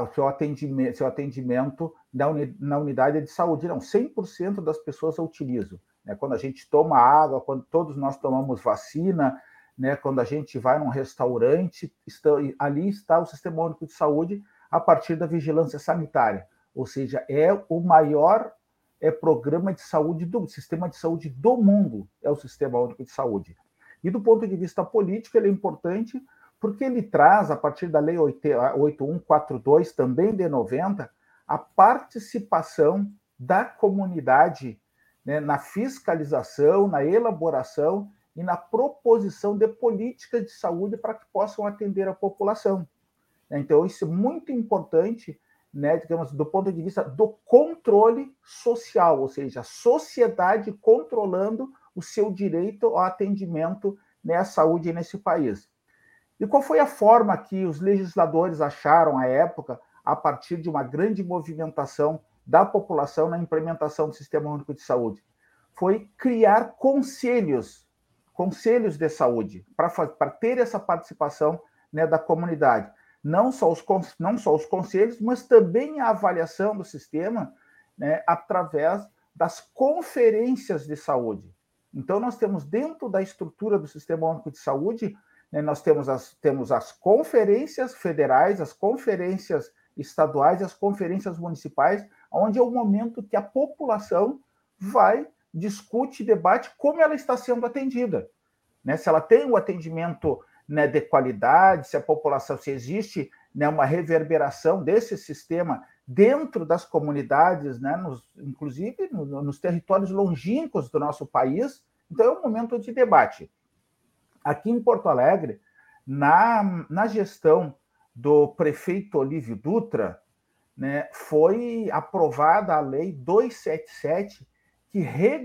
atendimento na unidade de saúde. Não, 100% das pessoas a utilizam. Né? Quando a gente toma água, quando todos nós tomamos vacina, né, quando a gente vai num restaurante, ali está o Sistema Único de Saúde a partir da vigilância sanitária. Ou seja, é o maior programa de saúde, sistema de saúde do mundo, é o Sistema Único de Saúde. E do ponto de vista político, ele é importante porque ele traz, a partir da Lei 8142, também de 90, a participação da comunidade, né, na fiscalização, na elaboração e na proposição de políticas de saúde para que possam atender a população. Então, isso é muito importante, né, digamos, do ponto de vista do controle social, ou seja, a sociedade controlando o seu direito ao atendimento, né, à saúde nesse país. E qual foi a forma que os legisladores acharam à época, a partir de uma grande movimentação da população na implementação do Sistema Único de Saúde? Foi criar conselhos de saúde, para ter essa participação, né, da comunidade. Não só os conselhos, mas também a avaliação do sistema, né, através das conferências de saúde. Então, nós temos dentro da estrutura do Sistema Único de Saúde, né, nós temos as conferências federais, as conferências estaduais e as conferências municipais, onde é o momento que a população vai discute e debate como ela está sendo atendida, né? Se ela tem um atendimento, né, de qualidade, se a população, se existe, né, uma reverberação desse sistema dentro das comunidades, né, inclusive nos territórios longínquos do nosso país. Então, é um momento de debate. Aqui em Porto Alegre, na gestão do prefeito Olívio Dutra, né, foi aprovada a Lei 277, que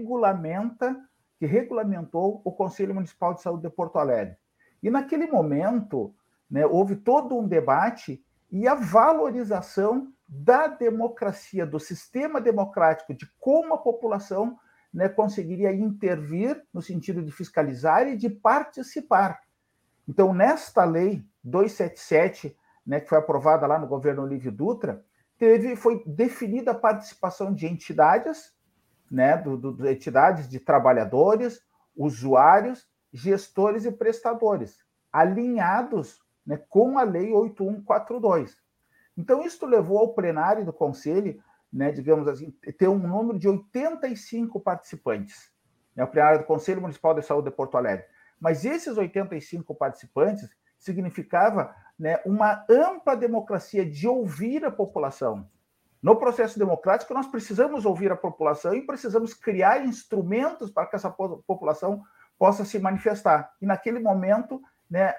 regulamentou o Conselho Municipal de Saúde de Porto Alegre. E naquele momento, né, houve todo um debate e a valorização da democracia, do sistema democrático, de como a população, né, conseguiria intervir no sentido de fiscalizar e de participar. Então, nesta Lei 277, né, que foi aprovada lá no governo Olívio Dutra, foi definida a participação de entidades, né, entidades de trabalhadores, usuários, gestores e prestadores, alinhados, né, com a Lei 8142. Então, isso levou ao plenário do Conselho, né, digamos assim, ter um número de 85 participantes, né, o plenário do Conselho Municipal de Saúde de Porto Alegre. Mas esses 85 participantes significava, né, uma ampla democracia de ouvir a população. No processo democrático, nós precisamos ouvir a população e precisamos criar instrumentos para que essa população possa se manifestar. E naquele momento, né,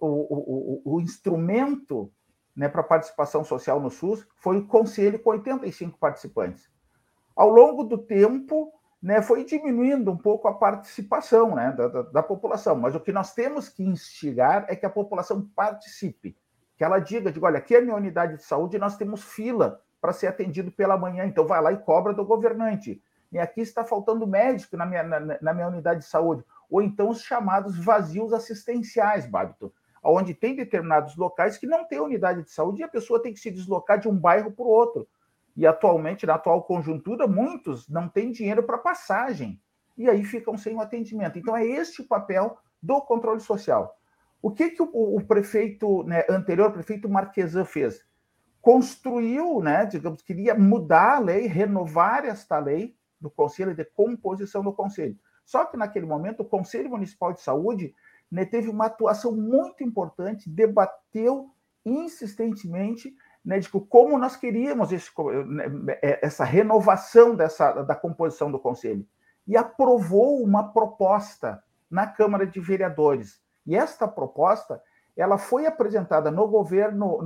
o instrumento, né, para a participação social no SUS foi o Conselho com 85 participantes. Ao longo do tempo, né, foi diminuindo um pouco a participação, né, da população, mas o que nós temos que instigar é que a população participe, que ela diga, olha, aqui é a minha unidade de saúde e nós temos fila para ser atendido pela manhã, então vai lá e cobra do governante. E aqui está faltando médico na minha unidade de saúde. Ou então os chamados vazios assistenciais, Babito, onde tem determinados locais que não tem unidade de saúde e a pessoa tem que se deslocar de um bairro para o outro. E atualmente, na atual conjuntura, muitos não têm dinheiro para passagem. E aí ficam sem o atendimento. Então, é este o papel do controle social. O que o prefeito, né, anterior, prefeito Marquesan, fez? Construiu, né, digamos, queria mudar a lei, renovar esta lei do Conselho, de composição do Conselho. Só que, naquele momento, o Conselho Municipal de Saúde, né, teve uma atuação muito importante, debateu insistentemente, né, de como nós queríamos essa renovação da composição do Conselho. E aprovou uma proposta na Câmara de Vereadores. E esta proposta ela foi apresentada no governo,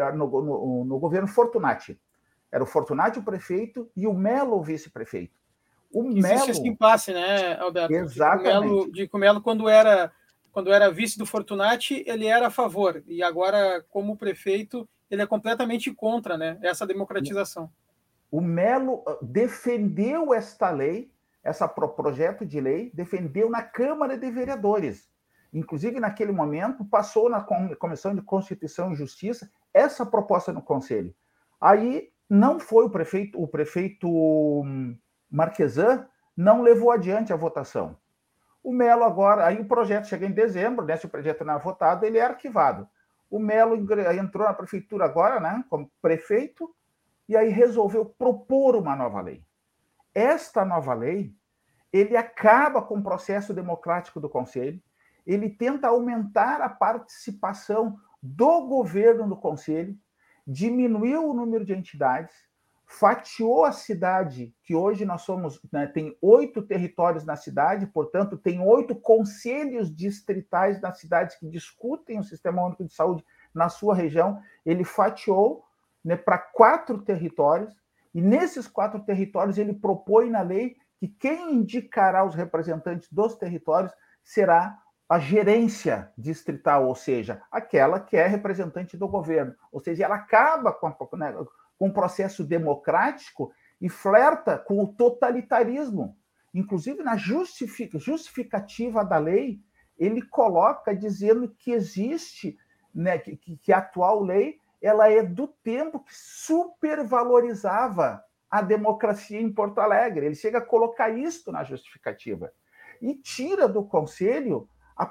no governo Fortunati. Era o Fortunati o prefeito e o Melo o vice-prefeito. Existe esse impasse, né, Alberto? Exatamente. Dico Melo, quando era vice do Fortunati, ele era a favor. E agora, como prefeito, ele é completamente contra, né, essa democratização. O Melo defendeu esta lei, esse projeto de lei, defendeu na Câmara de Vereadores. Inclusive, naquele momento, passou na Comissão de Constituição e Justiça essa proposta no Conselho. Aí, não foi o prefeito Marquesan, não levou adiante a votação. O Melo agora, aí o projeto chega em dezembro, né, se o projeto não é votado, ele é arquivado. O Melo entrou na prefeitura agora, né, como prefeito, e aí resolveu propor uma nova lei. Esta nova lei, ele acaba com o processo democrático do Conselho, ele tenta aumentar a participação do governo no Conselho, diminuiu o número de entidades, fatiou a cidade, que hoje nós somos, né, tem 8 territórios na cidade, portanto, tem 8 conselhos distritais nas cidades que discutem o Sistema Único de Saúde na sua região. Ele fatiou, né, para 4 territórios, e nesses 4 territórios ele propõe na lei que quem indicará os representantes dos territórios será a gerência distrital, ou seja, aquela que é representante do governo. Ou seja, ela acaba com o processo democrático e flerta com o totalitarismo. Inclusive, na justificativa da lei, ele coloca dizendo que existe, né, que a atual lei ela é do tempo que supervalorizava a democracia em Porto Alegre. Ele chega a colocar isto na justificativa. E tira do Conselho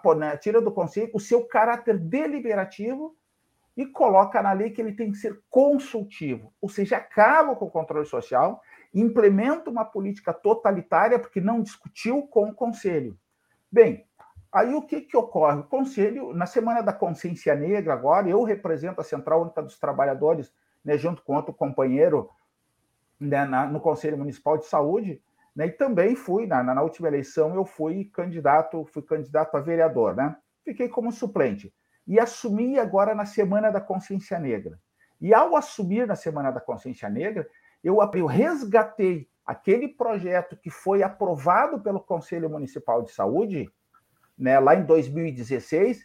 o seu caráter deliberativo e coloca na lei que ele tem que ser consultivo, ou seja, acaba com o controle social implementa uma política totalitária porque não discutiu com o Conselho. Bem, aí o que ocorre? O Conselho, na Semana da Consciência Negra, agora, eu represento a Central Única dos Trabalhadores, né, junto com outro companheiro, né, no Conselho Municipal de Saúde, né, e também fui, na última eleição, eu fui candidato a vereador, né? Fiquei como suplente. E assumi agora na Semana da Consciência Negra. E ao assumir na Semana da Consciência Negra, eu resgatei aquele projeto que foi aprovado pelo Conselho Municipal de Saúde, né, lá em 2016,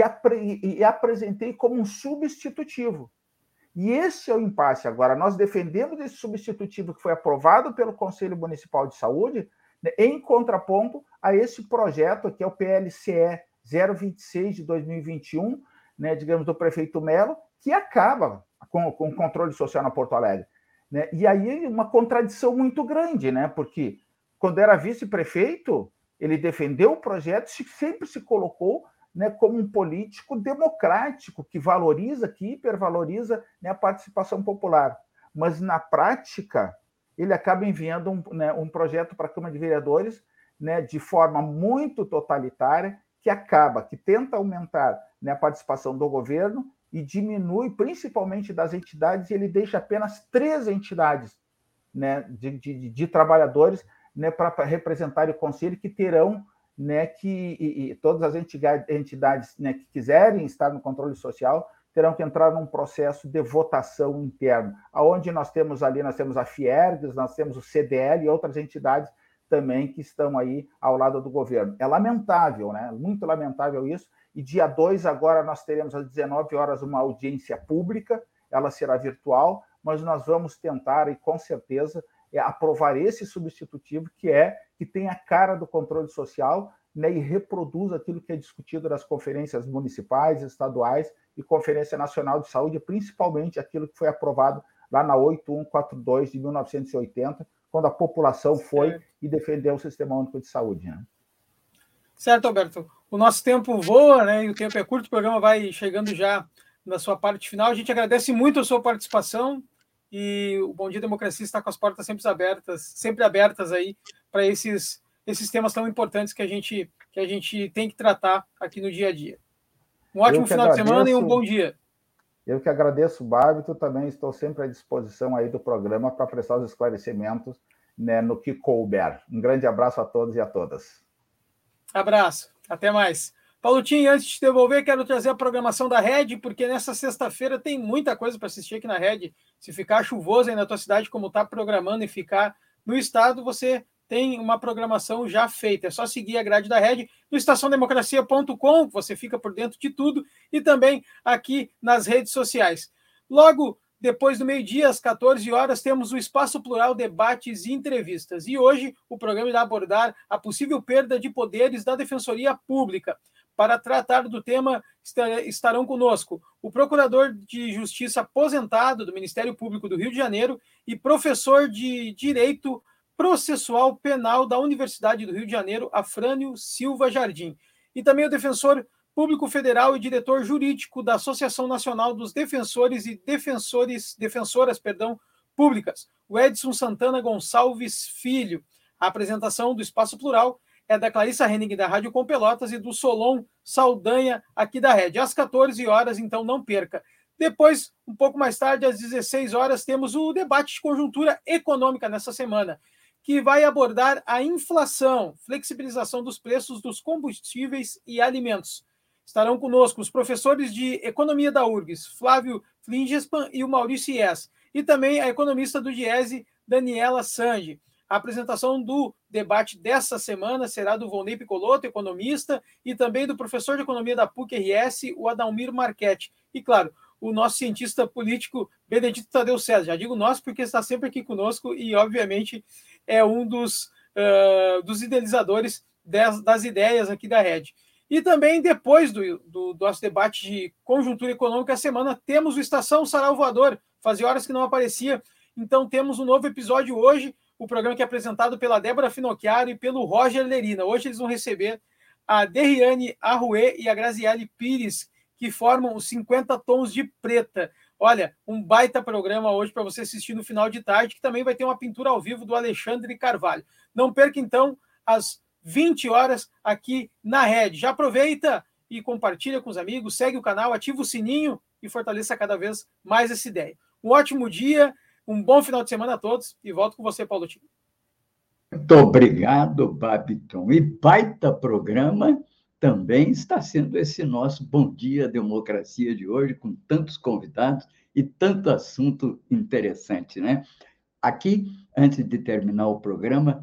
e apresentei como um substitutivo. E esse é o impasse agora. Nós defendemos esse substitutivo que foi aprovado pelo Conselho Municipal de Saúde, né, em contraponto a esse projeto, que é o PLCE 026 de 2021, né, digamos, do prefeito Melo, que acaba com o controle social na Porto Alegre. Né? E aí uma contradição muito grande, né? Porque quando era vice-prefeito, ele defendeu o projeto, sempre se colocou, né, como um político democrático, que valoriza, que hipervaloriza, né, a participação popular. Mas, na prática, ele acaba enviando um projeto para a Câmara de Vereadores, né, de forma muito totalitária, que tenta aumentar, né, a participação do governo e diminui, principalmente das entidades, e ele deixa apenas 3 entidades, né, de trabalhadores, né, para representarem o Conselho, que terão, né, e todas as entidades, né, que quiserem estar no controle social terão que entrar num processo de votação interno, aonde nós temos a Fiergs, nós temos o CDL e outras entidades também que estão aí ao lado do governo. É lamentável, né? Muito lamentável isso. E dia 2 agora nós teremos às 19 horas uma audiência pública, ela será virtual, mas nós vamos tentar, e com certeza, aprovar esse substitutivo que tem a cara do controle social, né, e reproduz aquilo que é discutido nas conferências municipais, estaduais e Conferência Nacional de Saúde, principalmente aquilo que foi aprovado lá na 8142 de 1980, quando a população foi e defendeu o Sistema Único de Saúde. Né? Certo, Alberto. O nosso tempo voa, né, e o tempo é curto, o programa vai chegando já na sua parte final. A gente agradece muito a sua participação e o Bom Dia Democracia está com as portas sempre abertas aí para esses temas tão importantes que a gente tem que tratar aqui no dia a dia. Um ótimo final de semana e um bom dia. Eu que agradeço, Bárbito, também estou sempre à disposição aí do programa para prestar os esclarecimentos, né, no que couber. Um grande abraço a todos e a todas. Abraço, até mais. Paulo Tim, antes de te devolver, quero trazer a programação da Rede, porque nessa sexta-feira tem muita coisa para assistir aqui na Rede. Se ficar chuvoso aí na tua cidade, como está programando, e ficar no estado, você tem uma programação já feita. É só seguir a grade da Rede no estaçãodemocracia.com, você fica por dentro de tudo, e também aqui nas redes sociais. Logo depois do meio-dia, às 14 horas, temos o Espaço Plural Debates e Entrevistas. E hoje o programa irá abordar a possível perda de poderes da Defensoria Pública. Para tratar do tema, estarão conosco o Procurador de Justiça aposentado do Ministério Público do Rio de Janeiro e professor de Direito Processual Penal da Universidade do Rio de Janeiro, Afrânio Silva Jardim. E também o Defensor Público Federal e Diretor Jurídico da Associação Nacional dos Defensores e Defensoras Públicas, o Edson Santana Gonçalves Filho. A apresentação do Espaço Plural é da Clarissa Henning, da Rádio Com Pelotas, e do Solon Saldanha, aqui da Rede. Às 14 horas, então não perca. Depois, um pouco mais tarde, às 16 horas, temos o debate de conjuntura econômica nessa semana, que vai abordar a inflação, flexibilização dos preços dos combustíveis e alimentos. Estarão conosco os professores de Economia da URGS, Flávio Flingespan e o Maurício Ies, e também a economista do Diese, Daniela Sange. A apresentação do debate dessa semana será do Volney Piccolotto, economista, e também do professor de Economia da PUC-RS, o Adalmir Marchetti. E, claro, o nosso cientista político, Benedito Tadeu César. Já digo nós porque está sempre aqui conosco e, obviamente, é um dos idealizadores das ideias aqui da Rede. E também, depois do nosso debate de conjuntura econômica, a semana, temos o Estação Sarau Voador. Fazia horas que não aparecia, então temos um novo episódio hoje, o programa que é apresentado pela Débora Finocchiaro e pelo Roger Lerina. Hoje eles vão receber a Derriane Arruê e a Graziele Pires, que formam os 50 Tons de Preta. Olha, um baita programa hoje para você assistir no final de tarde, que também vai ter uma pintura ao vivo do Alexandre Carvalho. Não perca, então, às 20 horas aqui na Rede. Já aproveita e compartilha com os amigos, segue o canal, ativa o sininho e fortaleça cada vez mais essa ideia. Um ótimo dia, um bom final de semana a todos e volto com você, Paulo Tim. Muito obrigado, Babiton. E baita programa também está sendo esse nosso Bom Dia Democracia de hoje, com tantos convidados e tanto assunto interessante, né? Aqui, antes de terminar o programa,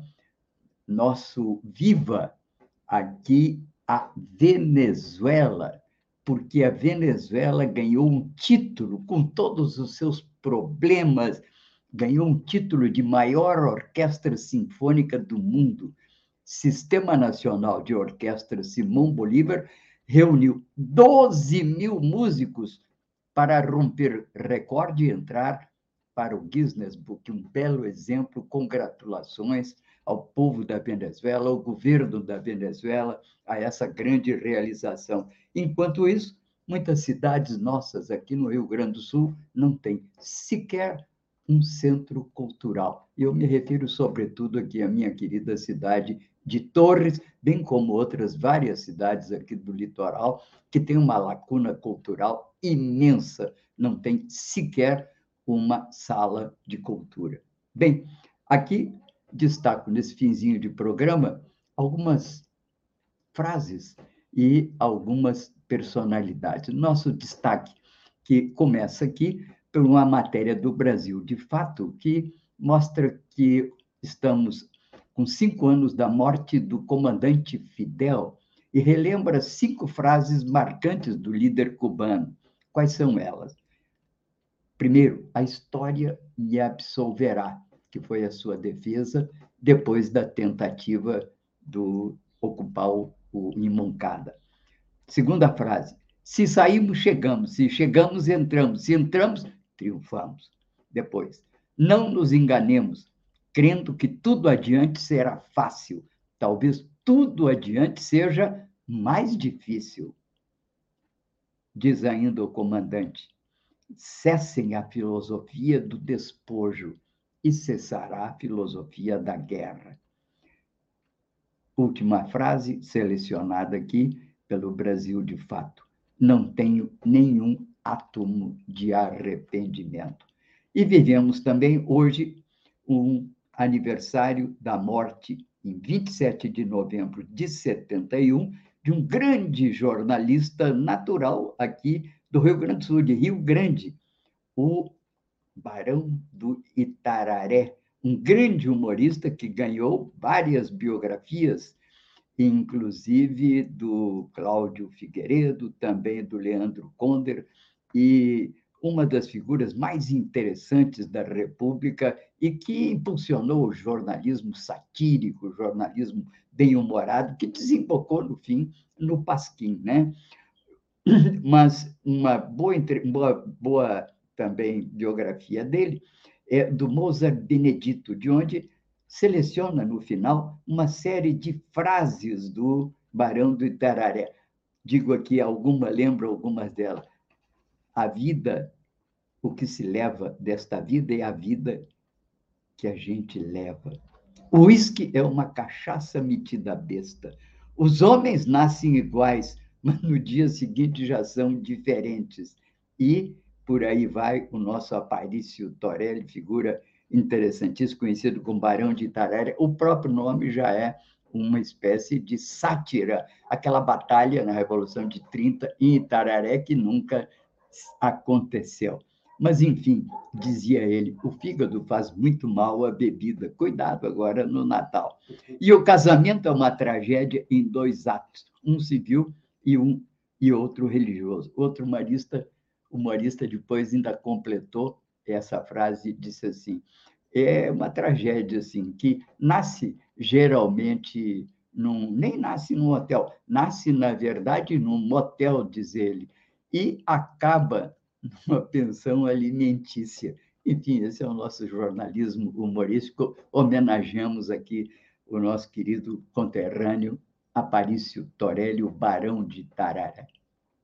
nosso Viva aqui a Venezuela, porque a Venezuela ganhou um título com todos os seus problemas, ganhou um título de maior orquestra sinfônica do mundo. Sistema Nacional de Orquestra Simão Bolívar reuniu 12 mil músicos para romper recorde e entrar para o Guinness Book. Um belo exemplo, congratulações ao povo da Venezuela, ao governo da Venezuela, a essa grande realização. Enquanto isso, muitas cidades nossas aqui no Rio Grande do Sul não têm sequer um centro cultural. Eu me refiro, sobretudo, aqui à minha querida cidade de Torres, bem como outras várias cidades aqui do litoral, que tem uma lacuna cultural imensa, não tem sequer uma sala de cultura. Bem, aqui destaco nesse finzinho de programa algumas frases e algumas personalidades. Nosso destaque, que começa aqui por uma matéria do Brasil de Fato, que mostra que estamos com 5 anos da morte do comandante Fidel e relembra 5 frases marcantes do líder cubano. Quais são elas? Primeiro, a história me absolverá, que foi a sua defesa depois da tentativa de ocupar o Moncada. Segunda frase, se saímos, chegamos, se chegamos, entramos, se entramos, triunfamos. Depois, não nos enganemos, crendo que tudo adiante será fácil, talvez tudo adiante seja mais difícil. Diz ainda o comandante, cessem a filosofia do despojo e cessará a filosofia da guerra. Última frase, selecionada aqui pelo Brasil de Fato. Não tenho nenhum átomo de arrependimento. E vivemos também hoje um aniversário da morte, em 27 de novembro de 71, de um grande jornalista natural aqui do Rio Grande do Sul, de Rio Grande, o Barão do Itararé, um grande humorista que ganhou várias biografias, inclusive do Cláudio Figueiredo, também do Leandro Conder, e uma das figuras mais interessantes da República e que impulsionou o jornalismo satírico, o jornalismo bem-humorado, que desembocou, no fim, no Pasquim, né? Mas uma boa também biografia dele é do Mozart Benedito, de onde seleciona, no final, uma série de frases do Barão do Itararé. Digo aqui lembro algumas delas. A vida, o que se leva desta vida é a vida que a gente leva. O uísque é uma cachaça metida besta. Os homens nascem iguais, mas no dia seguinte já são diferentes. E por aí vai o nosso Aparício Torelli, figura interessantíssima, conhecido como Barão de Itararé. O próprio nome já é uma espécie de sátira, aquela batalha na Revolução de 30 em Itararé que nunca aconteceu. Mas, enfim, dizia ele, o fígado faz muito mal à bebida. Cuidado agora no Natal. E o casamento é uma tragédia em 2 atos, um civil e outro religioso. Outro humorista depois ainda completou essa frase, disse assim, é uma tragédia assim, que nasce geralmente, nem nasce num hotel, nasce, na verdade, num motel, diz ele, e acaba numa pensão alimentícia. Enfim, esse é o nosso jornalismo humorístico. Homenageamos aqui o nosso querido conterrâneo Aparício Torelli, o Barão de Itararé.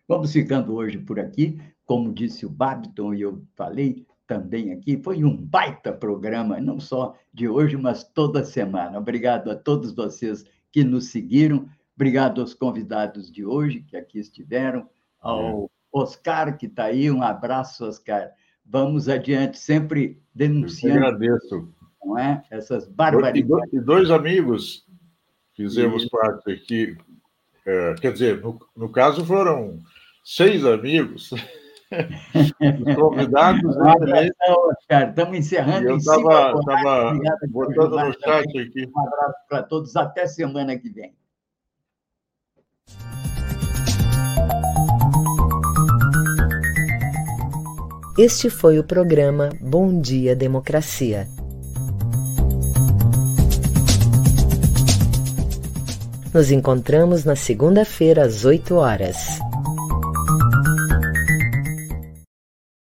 Vamos ficando hoje por aqui. Como disse o Babiton e eu falei também aqui, foi um baita programa, não só de hoje, mas toda semana. Obrigado a todos vocês que nos seguiram. Obrigado aos convidados de hoje que aqui estiveram, ao Oscar, que está aí. Um abraço, Oscar. Vamos adiante, sempre denunciando. Eu agradeço. Não é? Essas barbaridades. E 2 amigos fizemos parte aqui. Quer dizer, no caso foram 6 amigos. Os convidados. Oscar, estamos encerrando. Eu estava botando no chat aqui. Um abraço para todos. Até semana que vem. Este foi o programa Bom Dia Democracia. Nos encontramos na segunda-feira às 8 horas.